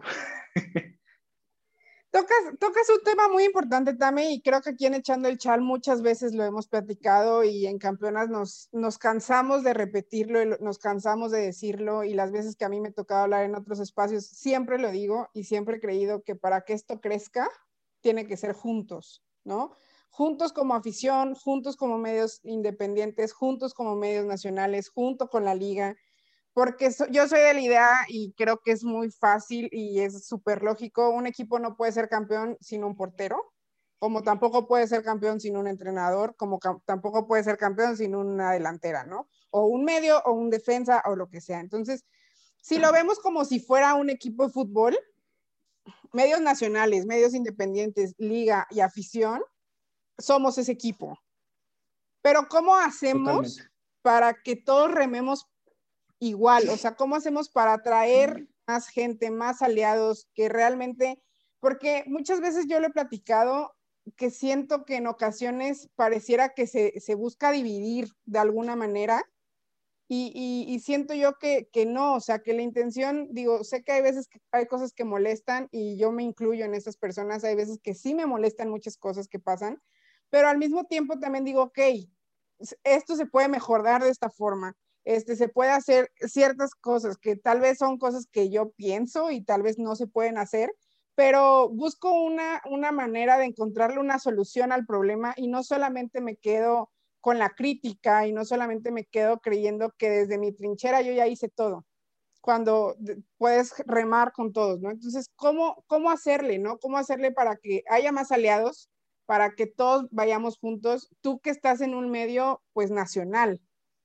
Tocas, tocas un tema muy importante, Tame, y creo que aquí en Echando el Chal muchas veces lo hemos platicado y en Campeonas nos, nos cansamos de repetirlo, y nos cansamos de decirlo, y las veces que a mí me tocaba hablar en otros espacios, siempre lo digo y siempre he creído que para que esto crezca, tiene que ser juntos, ¿no? Juntos como afición, juntos como medios independientes, juntos como medios nacionales, junto con la liga, porque so, yo soy de la idea y creo que es muy fácil y es súper lógico, un equipo no puede ser campeón sin un portero, como tampoco puede ser campeón sin un entrenador, como tampoco puede ser campeón sin una delantera, ¿no? O un medio o un defensa o lo que sea. Entonces, si lo vemos como si fuera un equipo de fútbol, medios nacionales, medios independientes, liga y afición, somos ese equipo. Pero ¿cómo hacemos Totalmente. para que todos rememos igual? O sea, ¿cómo hacemos para atraer más gente, más aliados, que realmente, porque muchas veces yo lo he platicado, que siento que en ocasiones pareciera que se, se busca dividir de alguna manera, y, y, y siento yo que, que no, o sea, que la intención, digo, sé que hay veces que hay cosas que molestan, y yo me incluyo en esas personas, hay veces que sí me molestan muchas cosas que pasan, pero al mismo tiempo también digo, ok, esto se puede mejorar de esta forma. Este, se puede hacer ciertas cosas que tal vez son cosas que yo pienso y tal vez no se pueden hacer, pero busco una, una manera de encontrarle una solución al problema, y no solamente me quedo con la crítica y no solamente me quedo creyendo que desde mi trinchera yo ya hice todo. cuando puedes remar con todos, ¿no? Entonces, ¿cómo, cómo hacerle, ¿no? ¿Cómo hacerle para que haya más aliados, para que todos vayamos juntos? Tú que estás en un medio, pues, nacional.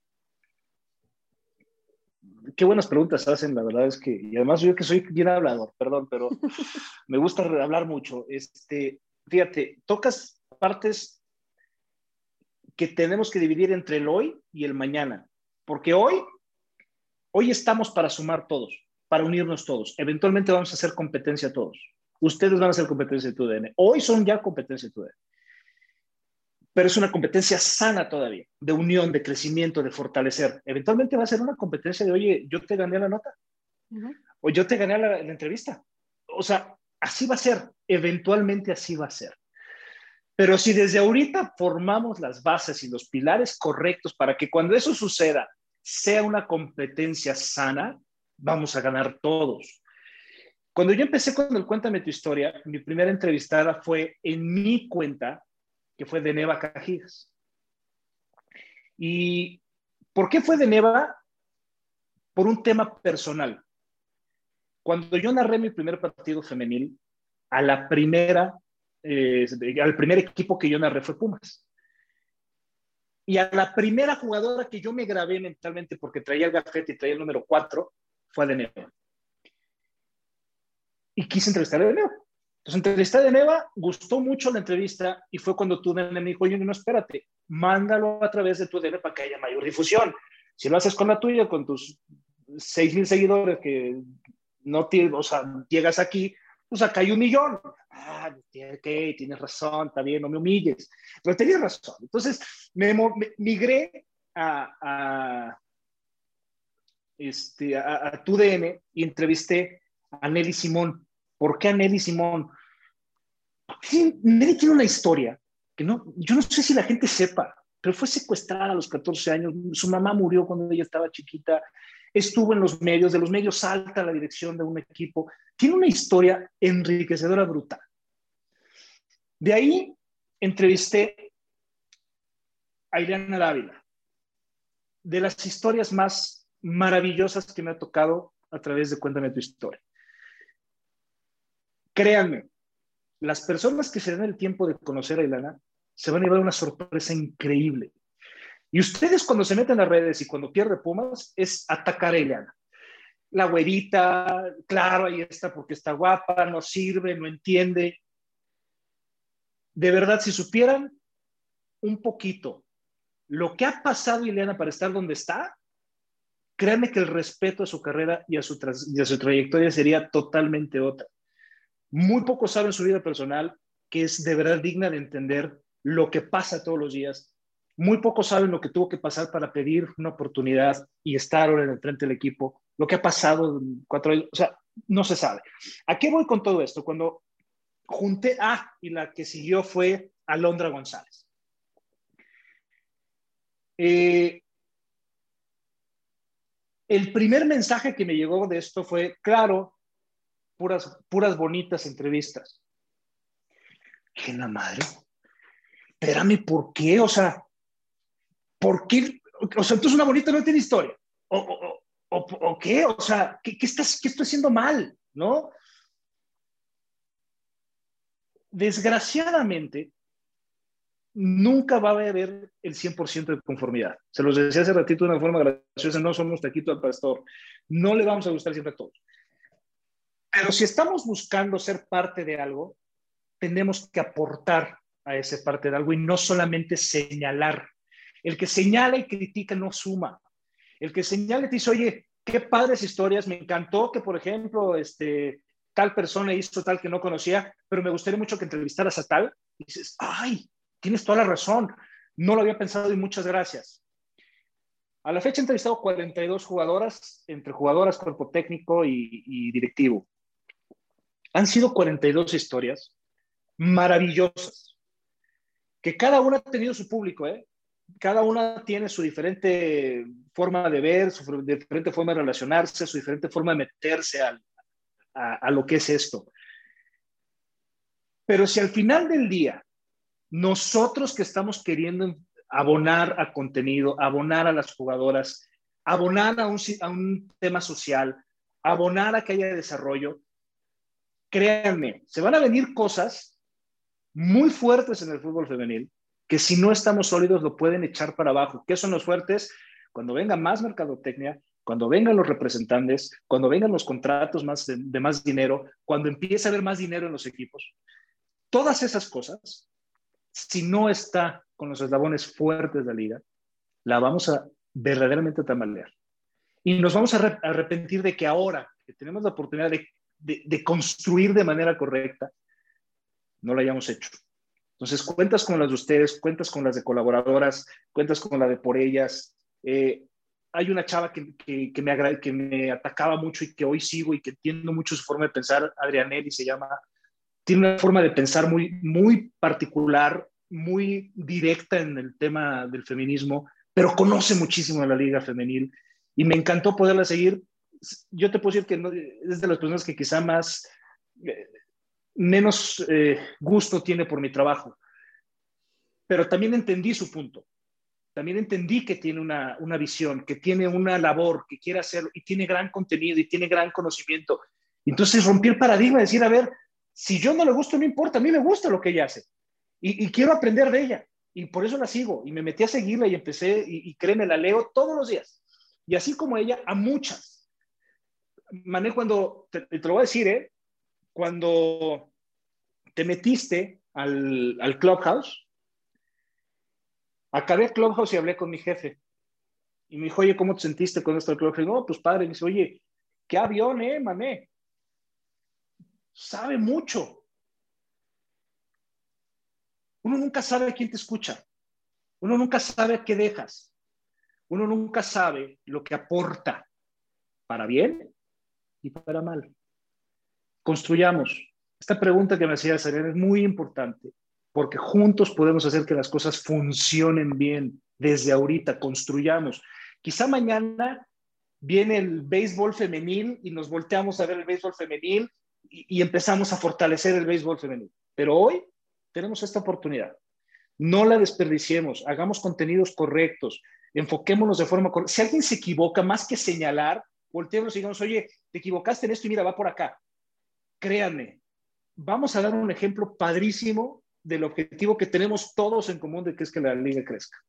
Qué buenas preguntas hacen, la verdad es que, y además yo que soy bien hablador, perdón, pero me gusta hablar mucho. Este, fíjate, tocas partes que tenemos que dividir entre el hoy y el mañana, porque hoy Hoy estamos para sumar todos, para unirnos todos. Eventualmente vamos a hacer competencia todos. Ustedes van a hacer competencia de tu D N. Hoy son ya competencia de tu D N. Pero es una competencia sana todavía, de unión, de crecimiento, de fortalecer. Eventualmente va a ser una competencia de, oye, yo te gané la nota. Uh-huh. O yo te gané la, la entrevista. O sea, así va a ser. Eventualmente así va a ser. Pero si desde ahorita formamos las bases y los pilares correctos para que cuando eso suceda, sea una competencia sana, vamos a ganar todos. Cuando yo empecé con el Cuéntame tu Historia, mi primera entrevistada fue en mi cuenta, que fue de Neva Cajigas. ¿Y por qué fue de Neva? Por un tema personal. Cuando yo narré mi primer partido femenil, a la primera, eh, al primer equipo que yo narré fue Pumas. Y a la primera jugadora que yo me grabé mentalmente porque traía el gafete y traía el número cuatro, fue a de Neva. Y quise entrevistar a de Neva. Entonces entrevisté a de Neva, gustó mucho la entrevista y fue cuando tú me dijo, oye, no, espérate, mándalo a través de tu D N para que haya mayor difusión. Si lo haces con la tuya, con tus seis mil seguidores que no tienes, o sea, llegas aquí, pues acá hay un millón. Ah, ok, tienes razón, está bien, no me humilles. Pero tenías razón. Entonces, me, me migré a, a, este, a, a tu D N y entrevisté a Nelly Simón. ¿Por qué a Nelly Simón? Sí, Nelly tiene una historia que no, yo no sé si la gente sepa, pero fue secuestrada a los catorce años. Su mamá murió cuando ella estaba chiquita. Estuvo en los medios, de los medios salta a la dirección de un equipo. Tiene una historia enriquecedora brutal. De ahí entrevisté a Ileana Dávila, de las historias más maravillosas que me ha tocado a través de Cuéntame tu Historia. Créanme, las personas que se den el tiempo de conocer a Ileana se van a llevar una sorpresa increíble. Y ustedes cuando se meten a las redes y cuando pierde Pumas es atacar a Ileana. La güerita, claro, ahí está porque está guapa, no sirve, no entiende. De verdad, si supieran un poquito lo que ha pasado Ileana para estar donde está, créanme que el respeto a su carrera y a su, y a su trayectoria sería totalmente otra. Muy pocos saben su vida personal, que es de verdad digna de entender lo que pasa todos los días. Muy pocos saben lo que tuvo que pasar para pedir una oportunidad y estar ahora en el frente del equipo, lo que ha pasado en cuatro años, o sea, no se sabe. ¿A qué voy con todo esto? Cuando junté, ah, y la que siguió fue Alondra González. Eh, el primer mensaje que me llegó de esto fue, claro, puras, puras bonitas entrevistas. ¿Qué la madre? Espérame, ¿por qué? O sea, ¿por qué? O sea, entonces una bonita no tiene historia. ¿O, o, o, o qué? O sea, ¿qué, qué, estás, ¿qué estoy haciendo mal? ¿No? Desgraciadamente, nunca va a haber el cien por ciento de conformidad. Se los decía hace ratito de una forma graciosa, no somos taquito al pastor. No le vamos a gustar siempre a todos. Pero si estamos buscando ser parte de algo, tenemos que aportar a esa parte de algo y no solamente señalar. El que señala y critica no suma. El que señala y te dice, oye, qué padres historias, me encantó que, por ejemplo, este, tal persona hizo tal que no conocía, pero me gustaría mucho que entrevistaras a tal. Y dices, ay, tienes toda la razón, no lo había pensado y muchas gracias. A la fecha he entrevistado cuarenta y dos jugadoras, entre jugadoras, cuerpo técnico y, y directivo. Han sido cuarenta y dos historias maravillosas, que cada una ha tenido su público, ¿eh? Cada una tiene su diferente forma de ver, su diferente forma de relacionarse, su diferente forma de meterse al, a, a lo que es esto. Pero si al final del día, nosotros que estamos queriendo abonar a contenido, abonar a las jugadoras, abonar a un, a un tema social, abonar a que haya desarrollo. Créanme, se van a venir cosas muy fuertes en el fútbol femenil que si no estamos sólidos lo pueden echar para abajo. ¿Qué son los fuertes? Cuando venga más mercadotecnia, cuando vengan los representantes, cuando vengan los contratos más de, de más dinero, cuando empiece a haber más dinero en los equipos. Todas esas cosas, si no está con los eslabones fuertes de la liga, la vamos a verdaderamente tambalear. Y nos vamos a arrepentir de que ahora que tenemos la oportunidad de, de, de construir de manera correcta, no lo hayamos hecho. Entonces, cuentas con las de ustedes, cuentas con las de colaboradoras, cuentas con la de por ellas. Eh, hay una chava que, que, que, me agra- que me atacaba mucho y que hoy sigo y que entiendo mucho su forma de pensar, Adrianelli se llama. Tiene una forma de pensar muy, muy particular, muy directa en el tema del feminismo, pero conoce muchísimo de la liga femenil y me encantó poderla seguir. Yo te puedo decir que no, es de las personas que quizá más, eh, menos eh, gusto tiene por mi trabajo, pero también entendí su punto. También entendí que tiene una, una visión, que tiene una labor, que quiere hacerlo y tiene gran contenido y tiene gran conocimiento. Entonces rompí el paradigma, decir, a ver, si yo no le gusto, no importa, a mí me gusta lo que ella hace y, y quiero aprender de ella y por eso la sigo y me metí a seguirla y empecé y, y créeme, la leo todos los días y así como ella, a muchas. Mané, cuando, te, te lo voy a decir, ¿eh? Cuando te metiste al, al Clubhouse, acabé el Clubhouse y hablé con mi jefe y me dijo, oye, ¿cómo te sentiste con esto del Clubhouse? Y no, pues padre, me dice, oye, qué avión, eh, Mané, sabe mucho. Uno nunca sabe a quién te escucha. Uno nunca sabe a qué dejas. Uno nunca sabe lo que aporta para bien y para mal. Construyamos. Esta pregunta que me hacía Serena es muy importante porque juntos podemos hacer que las cosas funcionen bien desde ahorita. Construyamos. Quizá mañana viene el béisbol femenil y nos volteamos a ver el béisbol femenil y, y empezamos a fortalecer el béisbol femenil. Pero hoy tenemos esta oportunidad. No la desperdiciemos, hagamos contenidos correctos, enfoquémonos de forma correcta. Si alguien se equivoca, más que señalar, volteemos y digamos, oye, te equivocaste en esto y mira, va por acá. Créanme, vamos a dar un ejemplo padrísimo del objetivo que tenemos todos en común de que es que la liga crezca.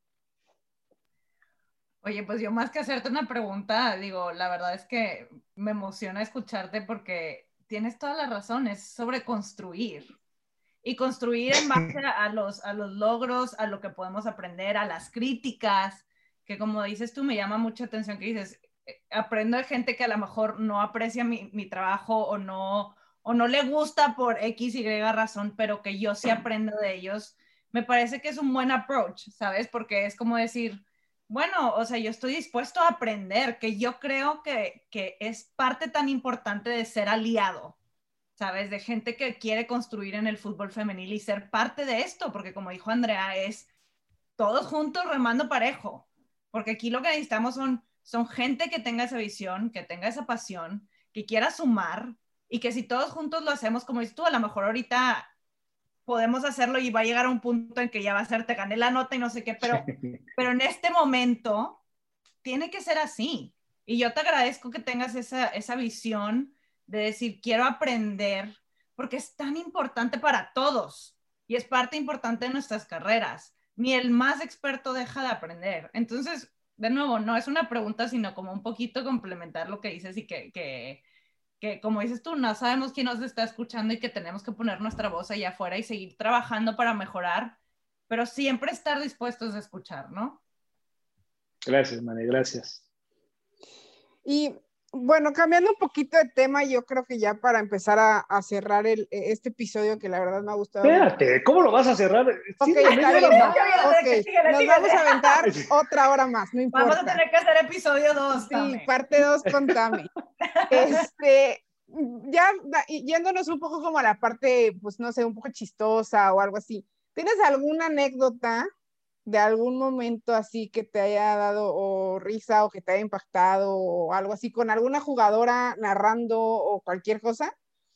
Oye, pues yo más que hacerte una pregunta, digo, la verdad es que me emociona escucharte porque tienes toda la razón, es sobre construir. Y construir en base a los, a los logros, a lo que podemos aprender, a las críticas, que como dices tú, me llama mucha atención que dices, eh, aprendo de gente que a lo mejor no aprecia mi, mi trabajo o no, o no le gusta por X, Y razón, pero que yo sí aprendo de ellos. Me parece que es un buen approach, ¿sabes? Porque es como decir, bueno, o sea, yo estoy dispuesto a aprender, que yo creo que, que es parte tan importante de ser aliado, ¿sabes? De gente que quiere construir en el fútbol femenil y ser parte de esto, porque como dijo Andrea, es todos juntos remando parejo, porque aquí lo que necesitamos son, son gente que tenga esa visión, que tenga esa pasión, que quiera sumar y que si todos juntos lo hacemos, como dices tú, a lo mejor ahorita podemos hacerlo y va a llegar a un punto en que ya va a ser, te gané la nota y no sé qué, pero, pero en este momento tiene que ser así. Y yo te agradezco que tengas esa, esa visión de decir, quiero aprender, porque es tan importante para todos y es parte importante de nuestras carreras. Ni el más experto deja de aprender. Entonces, de nuevo, no es una pregunta, sino como un poquito complementar lo que dices y que, que, que como dices tú, no sabemos quién nos está escuchando y que tenemos que poner nuestra voz allá afuera y seguir trabajando para mejorar, pero siempre estar dispuestos a escuchar, ¿no? Gracias, Mané, gracias. Y bueno, cambiando un poquito de tema, yo creo que ya para empezar a, a cerrar el, este episodio que la verdad me ha gustado. Espérate, mucho. ¿Cómo lo vas a cerrar? Ok, está bien. Okay. Nos vamos a aventar otra hora más, no importa. Vamos a tener que hacer episodio dos. Sí, Tame. parte dos con Tame. Este, ya yéndonos un poco como a la parte, pues no sé, un poco chistosa o algo así. ¿Tienes alguna anécdota de algún momento así que te haya dado o risa o que te haya impactado o algo así con alguna jugadora narrando o cualquier cosa?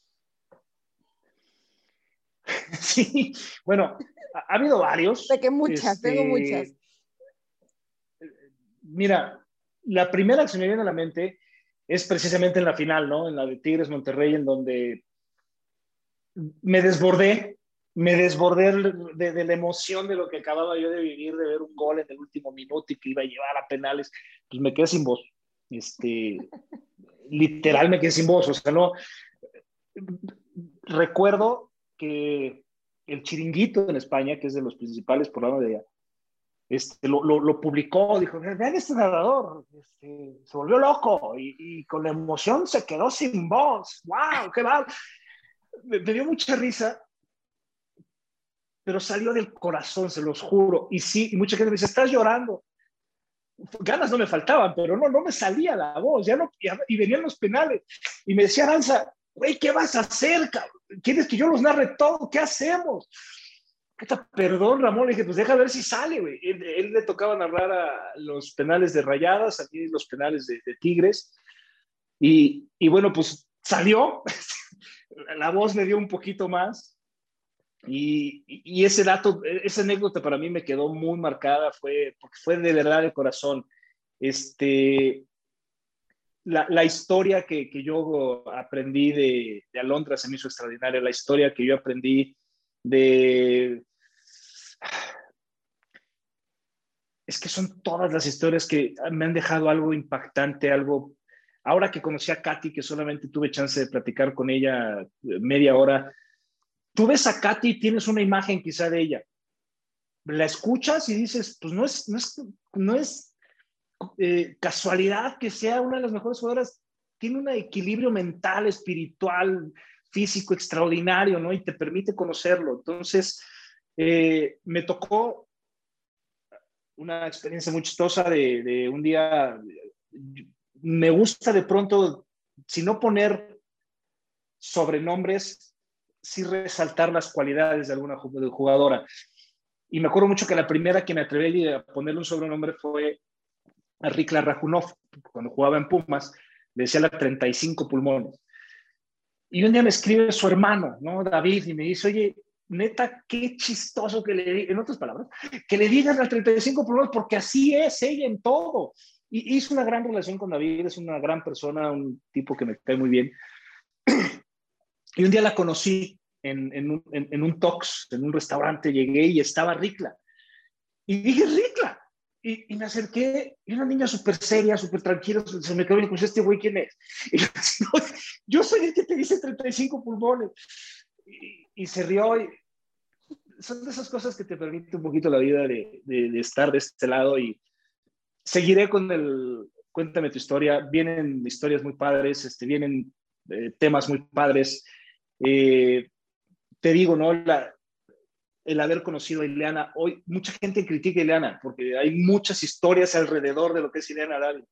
Sí, bueno, ha, ha habido varios. De que muchas, este, tengo muchas. Mira, la primera que se me viene a la mente es precisamente en la final, ¿no? En la de Tigres Monterrey, en donde me desbordé, me desbordé de, de la emoción de lo que acababa yo de vivir, de ver un gol en el último minuto y que iba a llevar a penales, pues me quedé sin voz. Este, literal me quedé sin voz, o sea, no. Recuerdo que el Chiringuito en España, que es de los principales programas de allá, este, lo, lo, lo publicó, dijo, vean este narrador, este, se volvió loco y, y con la emoción se quedó sin voz. ¡Wow! ¡Qué mal! Me, me dio mucha risa, pero salió del corazón, se los juro. Y sí, y mucha gente me dice, estás llorando. Ganas no me faltaban, pero no, no me salía la voz, ya no, ya, y venían los penales. Y me decía Aranza, güey, ¿qué vas a hacer, cabrón? ¿Quieres que yo los narre todo? ¿Qué hacemos? Perdón, Ramón, le dije, pues deja ver si sale, güey. Él, él le tocaba narrar a los penales de Rayadas, a mí los penales de, de Tigres. Y, y bueno, pues salió. La voz me dio un poquito más. Y, y ese dato, esa anécdota para mí me quedó muy marcada, fue, porque fue de verdad el corazón. Este, la, la historia que, que yo aprendí de, de Alondra se me hizo extraordinaria, la historia que yo aprendí de... Es que son todas las historias que me han dejado algo impactante, algo... Ahora que conocí a Katy, que solamente tuve chance de platicar con ella media hora, tú ves a Katy y tienes una imagen quizá de ella. La escuchas y dices, pues no es, no es, no es eh, casualidad que sea una de las mejores jugadoras. Tiene un equilibrio mental, espiritual, físico extraordinario, ¿no? Y te permite conocerlo. Entonces, eh, me tocó una experiencia muy chistosa de, de un día. Me gusta de pronto, si no poner sobrenombres, sí resaltar las cualidades de alguna jugadora. Y me acuerdo mucho que la primera que me atreví a ponerle un sobrenombre fue a Rikla Rajunov, cuando jugaba en Pumas, le decía la treinta y cinco pulmones. Y un día me escribe su hermano, ¿no? David, y me dice, oye, neta, qué chistoso que le digas, en otras palabras, que le digas la treinta y cinco pulmones, porque así es ella en todo. Y hizo una gran relación con David, es una gran persona, un tipo que me cae muy bien. Y un día la conocí en, en, un, en, en un Tox, en un restaurante, llegué y estaba Rikla. Y dije, Rikla. Y, y me acerqué, y una niña súper seria, súper tranquila, se me quedó y me dijo, ¿este güey quién es? Y yo, no, yo soy el que te dice treinta y cinco pulmones. Y, y se rió. Y son de esas cosas que te permiten un poquito la vida de, de, de estar de este lado. Y seguiré con el, cuéntame tu historia. Vienen historias muy padres, este, vienen eh, temas muy padres. Eh, te digo, ¿no? La, el haber conocido a Ileana. Hoy mucha gente critica a Ileana porque hay muchas historias alrededor de lo que es Ileana Arabi.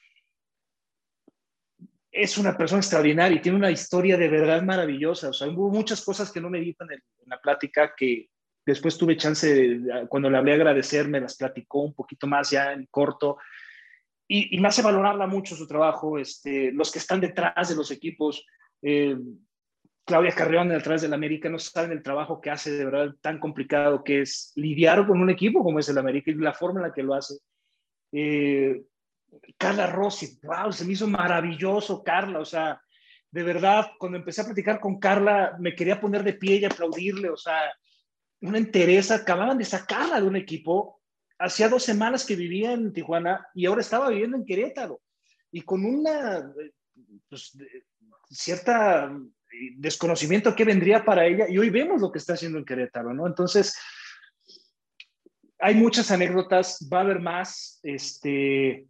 Es una persona extraordinaria y tiene una historia de verdad maravillosa. O sea, hubo muchas cosas que no me dijo en, el, en la plática que después tuve chance, de, cuando le hablé a agradecer, me las platicó un poquito más ya en corto. Y, y me hace valorarla mucho su trabajo, este, los que están detrás de los equipos. Eh, Claudia Carreón detrás del América, no saben el trabajo que hace, de verdad, tan complicado que es lidiar con un equipo como es el América y la forma en la que lo hace. Eh, Carla Rossi, wow, se me hizo maravilloso Carla, o sea, de verdad, cuando empecé a platicar con Carla, me quería poner de pie y aplaudirle, o sea, una entereza, acababan de sacarla de un equipo, hacía dos semanas que vivía en Tijuana y ahora estaba viviendo en Querétaro, y con una, pues, cierta desconocimiento que vendría para ella, y hoy vemos lo que está haciendo en Querétaro, ¿no? Entonces, hay muchas anécdotas, va a haber más, este,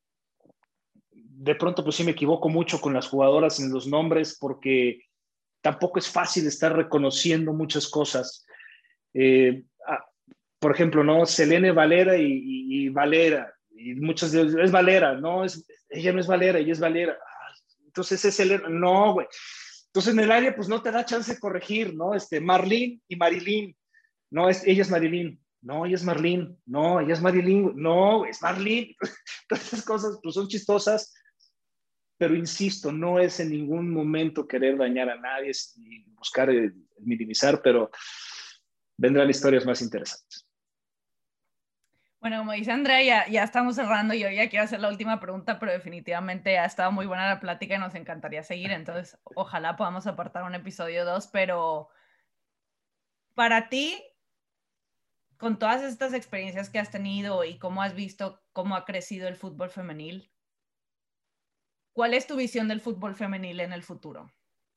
de pronto pues sí me equivoco mucho con las jugadoras en los nombres, porque tampoco es fácil estar reconociendo muchas cosas. Eh, ah, por ejemplo, ¿no? Selene Valera y, y, y Valera, y muchas de ellas, es Valera, no, es, ella no es Valera, ella es Valera. Entonces es Selena, no, güey. Entonces en el área pues no te da chance de corregir, ¿no? Este, Marlene y Marilyn, no, es, ella es Marilyn, no, ella es Marlene, no, ella es Marilyn, no, es Marlene. Todas esas cosas pues son chistosas, pero insisto, no es en ningún momento querer dañar a nadie ni buscar eh, minimizar, pero vendrán historias más interesantes. Bueno, como dice Andrea, ya, ya estamos cerrando y yo ya quiero hacer la última pregunta, pero definitivamente ha estado muy buena la plática y nos encantaría seguir, entonces ojalá podamos apartar un episodio dos, pero para ti, con todas estas experiencias que has tenido y cómo has visto cómo ha crecido el fútbol femenil, ¿cuál es tu visión del fútbol femenil en el futuro?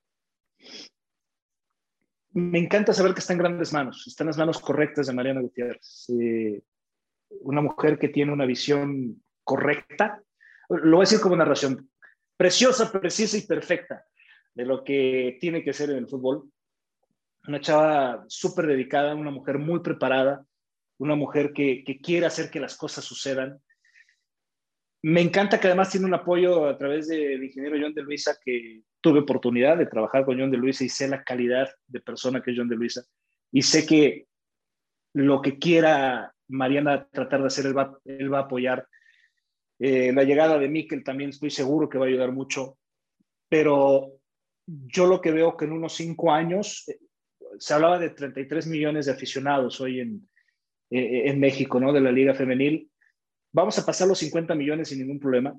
Me encanta saber que está en grandes manos, está en las manos correctas de Mariana Gutiérrez. Eh, una mujer que tiene una visión correcta, lo voy a decir como narración, preciosa, precisa y perfecta de lo que tiene que ser en el fútbol. Una chava súper dedicada, una mujer muy preparada, una mujer que, que quiere hacer que las cosas sucedan. Me encanta que además tiene un apoyo a través del ingeniero John de Luisa, que tuve oportunidad de trabajar con John de Luisa y sé la calidad de persona que es John de Luisa. Y sé que lo que quiera Mariana tratar de hacer, él va, él va a apoyar. Eh, la llegada de Mikel también estoy seguro que va a ayudar mucho. Pero yo lo que veo que en unos cinco años, eh, se hablaba de treinta y tres millones de aficionados hoy en, eh, en México, ¿no? De la Liga Femenil. Vamos a pasar los cincuenta millones sin ningún problema.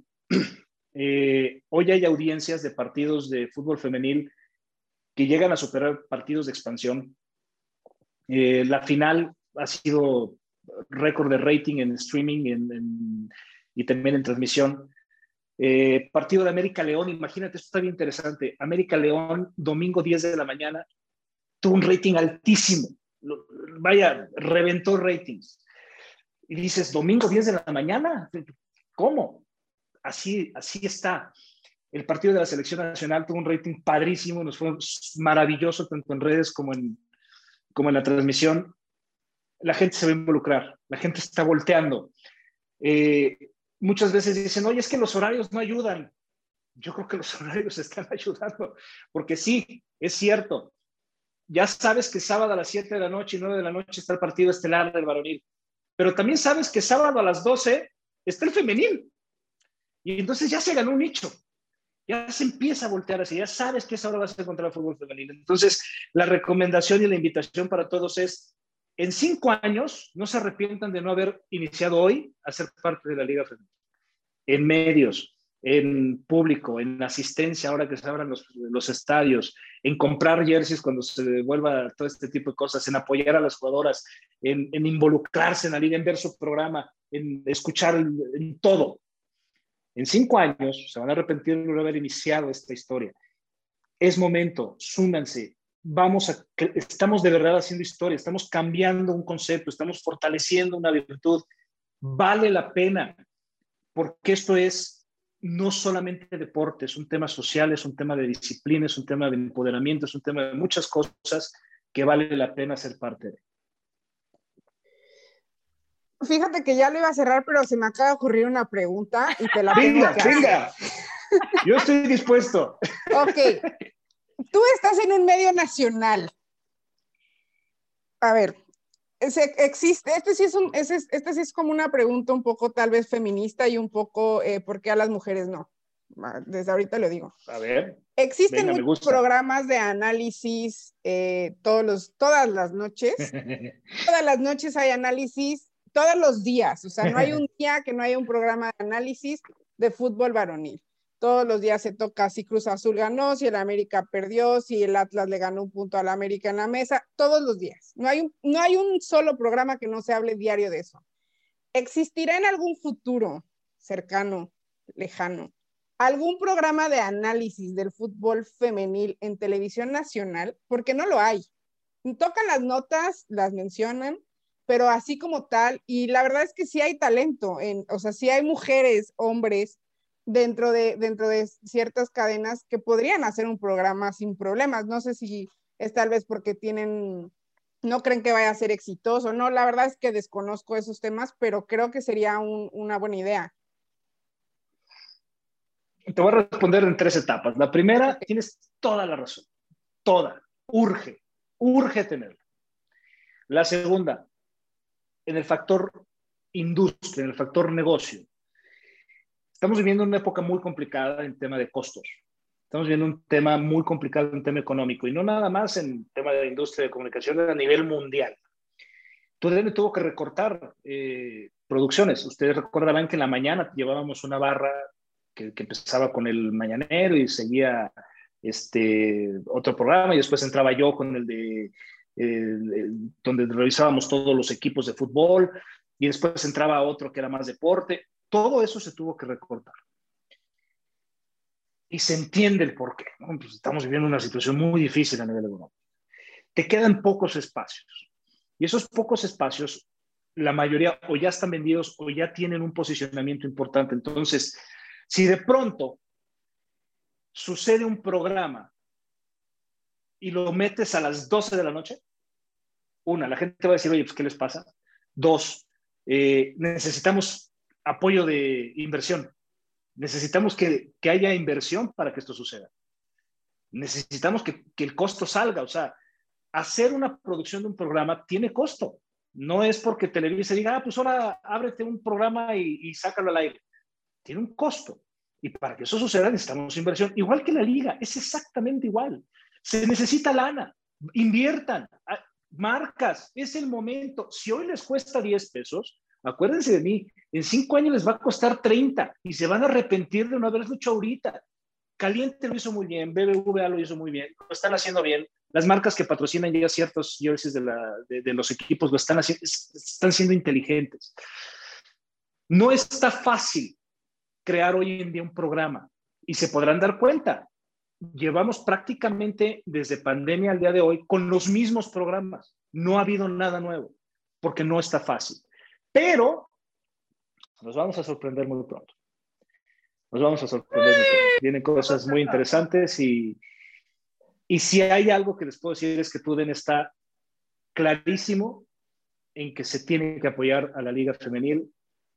Eh, hoy hay audiencias de partidos de fútbol femenil que llegan a superar partidos de expansión. Eh, la final ha sido récord de rating en streaming en, en, y también en transmisión. Eh, partido de América León, imagínate, esto está bien interesante. América León, domingo diez de la mañana, tuvo un rating altísimo. Vaya, reventó ratings. Y dices, domingo diez de la mañana, ¿cómo? Así, así está. El partido de la selección nacional tuvo un rating padrísimo, nos fue maravilloso tanto en redes como en, como en la transmisión. La gente se va a involucrar, la gente está volteando. Eh, muchas veces dicen, oye, es que los horarios no ayudan. Yo creo que los horarios están ayudando, porque sí, es cierto. Ya sabes que sábado a las siete de la noche y nueve de la noche está el partido estelar del varonil, pero también sabes que sábado a las doce está el femenil. Y entonces ya se ganó un nicho. Ya se empieza a voltear así, ya sabes que esa hora vas a encontrar el fútbol femenil. Entonces, la recomendación y la invitación para todos es, en cinco años, no se arrepientan de no haber iniciado hoy a ser parte de la Liga Femenil. En medios, en público, en asistencia, ahora que se abran los, los estadios, en comprar jerseys cuando se devuelva todo este tipo de cosas, en apoyar a las jugadoras, en, en involucrarse en la liga, en ver su programa, en escuchar, en todo. En cinco años se van a arrepentir de no haber iniciado esta historia. Es momento, súmanse, vamos a, estamos de verdad haciendo historia, estamos cambiando un concepto, estamos fortaleciendo una virtud. Vale la pena, porque esto es no solamente deporte, es un tema social, es un tema de disciplina, es un tema de empoderamiento, es un tema de muchas cosas que vale la pena ser parte de. Fíjate que ya lo iba a cerrar, pero se me acaba de ocurrir una pregunta y te la venga, tengo que venga. hacer. Yo estoy dispuesto. Ok, tú estás en un medio nacional. A ver, ese, existe, este sí, es un, ese, este sí es como una pregunta un poco tal vez feminista y un poco eh, ¿por qué a las mujeres no? Desde ahorita lo digo. A ver. Existen venga, muchos programas de análisis eh, todos los, todas las noches. Todas las noches hay análisis, todos los días. O sea, no hay un día que no haya un programa de análisis de fútbol varonil. Todos los días se toca si Cruz Azul ganó, si el América perdió, si el Atlas le ganó un punto al América en la mesa, todos los días. No hay un, no hay un solo programa que no se hable diario de eso. ¿Existirá en algún futuro cercano, lejano, algún programa de análisis del fútbol femenil en televisión nacional? Porque no lo hay. Tocan las notas, las mencionan, pero así como tal, y la verdad es que sí hay talento, en, o sea, sí hay mujeres, hombres, dentro de, dentro de ciertas cadenas que podrían hacer un programa sin problemas. No sé si es tal vez porque tienen, no creen que vaya a ser exitoso, no, la verdad es que desconozco esos temas, pero creo que sería un, una buena idea. Te voy a responder en tres etapas. La primera, okay. Tienes toda la razón, toda, urge, urge tenerla. La segunda, en el factor industria, en el factor negocio. Estamos viviendo una época muy complicada en tema de costos. Estamos viviendo un tema muy complicado en tema económico y no nada más en tema de industria de comunicación a nivel mundial. T U D N tuvo que recortar eh, producciones. Ustedes recordarán que en la mañana llevábamos una barra que, que empezaba con el mañanero y seguía este, otro programa, y después entraba yo con el de, eh, el, donde revisábamos todos los equipos de fútbol, y después entraba otro que era más deporte. Todo eso se tuvo que recortar. Y se entiende el porqué, ¿no? Pues estamos viviendo una situación muy difícil a nivel económico. Te quedan pocos espacios. Y esos pocos espacios, la mayoría o ya están vendidos o ya tienen un posicionamiento importante. Entonces, si de pronto sucede un programa y lo metes a las doce de la noche, una, la gente va a decir, oye, pues, ¿qué les pasa? Dos, eh, necesitamos apoyo de inversión. Necesitamos que, que haya inversión para que esto suceda. Necesitamos que, que el costo salga. O sea, hacer una producción de un programa tiene costo. No es porque Televisa diga, ah, pues ahora ábrete un programa y, y sácalo al aire. Tiene un costo. Y para que eso suceda necesitamos inversión. Igual que la liga, es exactamente igual. Se necesita lana. Inviertan. Marcas, es el momento. Si hoy les cuesta diez pesos, acuérdense de mí, en cinco años les va a costar treinta y se van a arrepentir de no haberlo hecho ahorita. Caliente lo hizo muy bien, B B V A lo hizo muy bien, lo están haciendo bien. Las marcas que patrocinan ya ciertos jerseys de, la, de, de los equipos lo están haciendo, están siendo inteligentes. No está fácil crear hoy en día un programa y se podrán dar cuenta. Llevamos prácticamente desde pandemia al día de hoy con los mismos programas. No ha habido nada nuevo porque no está fácil. Pero nos vamos a sorprender muy pronto. Nos vamos a sorprender muy pronto. Vienen cosas muy interesantes y, y si hay algo que les puedo decir es que TUDN está clarísimo en que se tiene que apoyar a la Liga Femenil.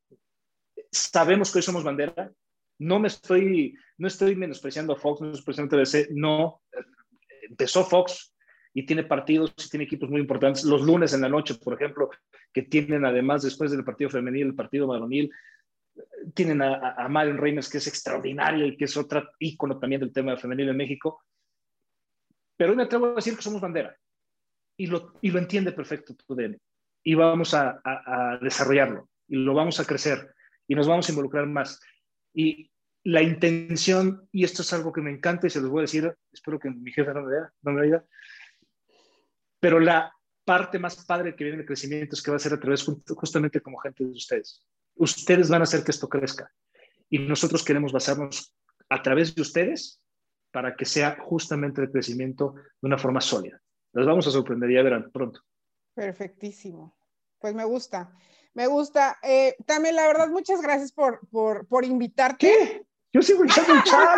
Sabemos que hoy somos bandera. No me estoy, no estoy menospreciando a Fox, no estoy menospreciando a T V C, no. Empezó Fox y tiene partidos y tiene equipos muy importantes. Los lunes en la noche, por ejemplo, que tienen además, después del partido femenil, el partido varonil, tienen a, a Marion Reimers, que es extraordinaria y que es otra ícono también del tema femenil en México. Pero hoy me atrevo a decir que somos bandera y lo, y lo entiende perfecto TUDN. Y vamos a, a, a desarrollarlo y lo vamos a crecer y nos vamos a involucrar más. Y la intención, y esto es algo que me encanta y se los voy a decir, espero que mi jefe no me diga, no me diga, pero la parte más padre que viene del crecimiento es que va a ser a través justamente como gente de ustedes. Ustedes van a hacer que esto crezca y nosotros queremos basarnos a través de ustedes para que sea justamente el crecimiento de una forma sólida. Los vamos a sorprender, ya verán pronto. Perfectísimo. Pues me gusta. Me gusta. Eh, también, la verdad, muchas gracias por, por, por invitarte. ¿Qué? Yo sigo echando el chat,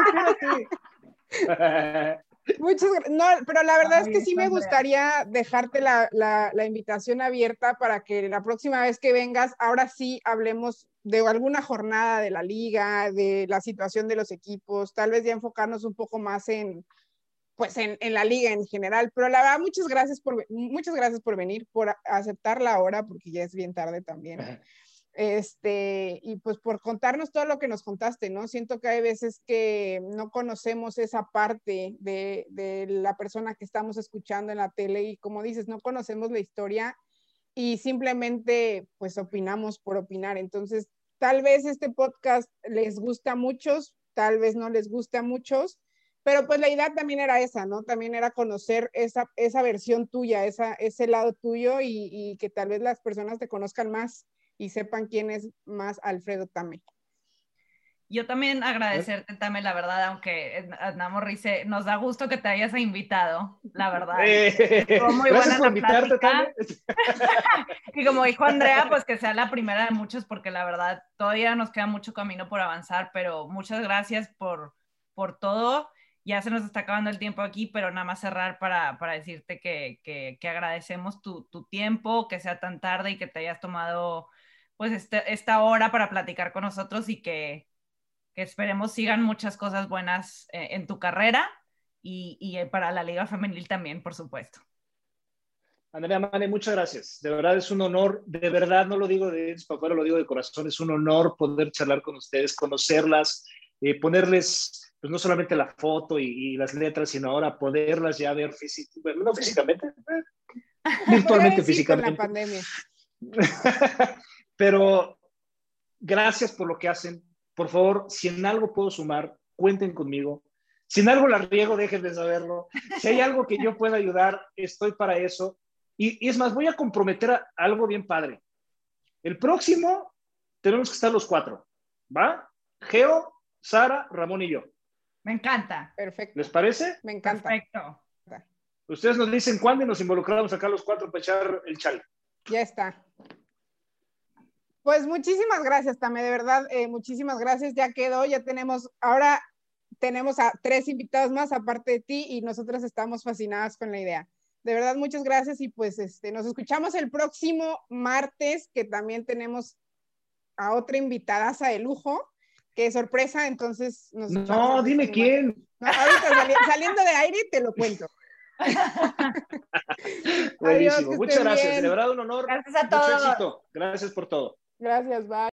espérate. Muchas no, pero la verdad Ay, es que sí me Andrea. gustaría dejarte la, la, la invitación abierta para que la próxima vez que vengas, ahora sí hablemos de alguna jornada de la liga, de la situación de los equipos, tal vez ya enfocarnos un poco más en, pues en, en la liga en general. Pero la verdad, muchas gracias por, muchas gracias por venir, por aceptar la hora, porque ya es bien tarde también. Este, y pues por contarnos todo lo que nos contaste, ¿no? Siento que hay veces que no conocemos esa parte de, de la persona que estamos escuchando en la tele y como dices, no conocemos la historia y simplemente pues opinamos por opinar. Entonces, tal vez este podcast les gusta a muchos, tal vez no les guste a muchos, pero pues la idea también era esa, ¿no? También era conocer esa, esa versión tuya, esa, ese lado tuyo y, y que tal vez las personas te conozcan más y sepan quién es más Alfredo Tame. Yo también agradecerte, Tame, la verdad, aunque andamos rice, nos da gusto que te hayas invitado, la verdad. Eh, Fue muy gracias buena por la invitarte, plática. Tame. Y como dijo Andrea, pues que sea la primera de muchos, porque la verdad todavía nos queda mucho camino por avanzar, pero muchas gracias por, por todo. Ya se nos está acabando el tiempo aquí, pero nada más cerrar para, para decirte que, que, que agradecemos tu, tu tiempo, que sea tan tarde y que te hayas tomado pues este, esta hora para platicar con nosotros y que, que esperemos sigan muchas cosas buenas eh, en tu carrera y, y para la Liga Femenil también, por supuesto. Andrea Mane, muchas gracias. De verdad es un honor, de verdad no lo digo de papá, lo digo de corazón, es un honor poder charlar con ustedes, conocerlas, eh, ponerles pues no solamente la foto y, y las letras, sino ahora poderlas ya ver físicamente, bueno, no físicamente, eh, virtualmente, físicamente. Con la pandemia. Pero gracias por lo que hacen. Por favor, si en algo puedo sumar, cuenten conmigo. Si en algo la riego, dejen de saberlo. Si hay algo que yo pueda ayudar, estoy para eso. Y, y es más, voy a comprometer a algo bien padre. El próximo tenemos que estar los cuatro, ¿va? Geo, Sara, Ramón y yo. Me encanta. Perfecto. ¿Les parece? Me encanta. Perfecto. Ustedes nos dicen cuándo y nos involucramos acá los cuatro para echar el chal. Ya está. Pues muchísimas gracias, Tame, de verdad, eh, muchísimas gracias. Ya quedó, ya tenemos, ahora tenemos a tres invitados más aparte de ti y nosotras estamos fascinadas con la idea. De verdad, muchas gracias y pues este, nos escuchamos el próximo martes, que también tenemos a otra invitadaza de lujo, que es sorpresa, entonces... Nos no, dime quién. No, ahorita sali saliendo de aire te lo cuento. Buenísimo, Adiós, muchas gracias, bien. De verdad un honor. Gracias a todos. Mucho éxito, gracias por todo. Gracias, bye.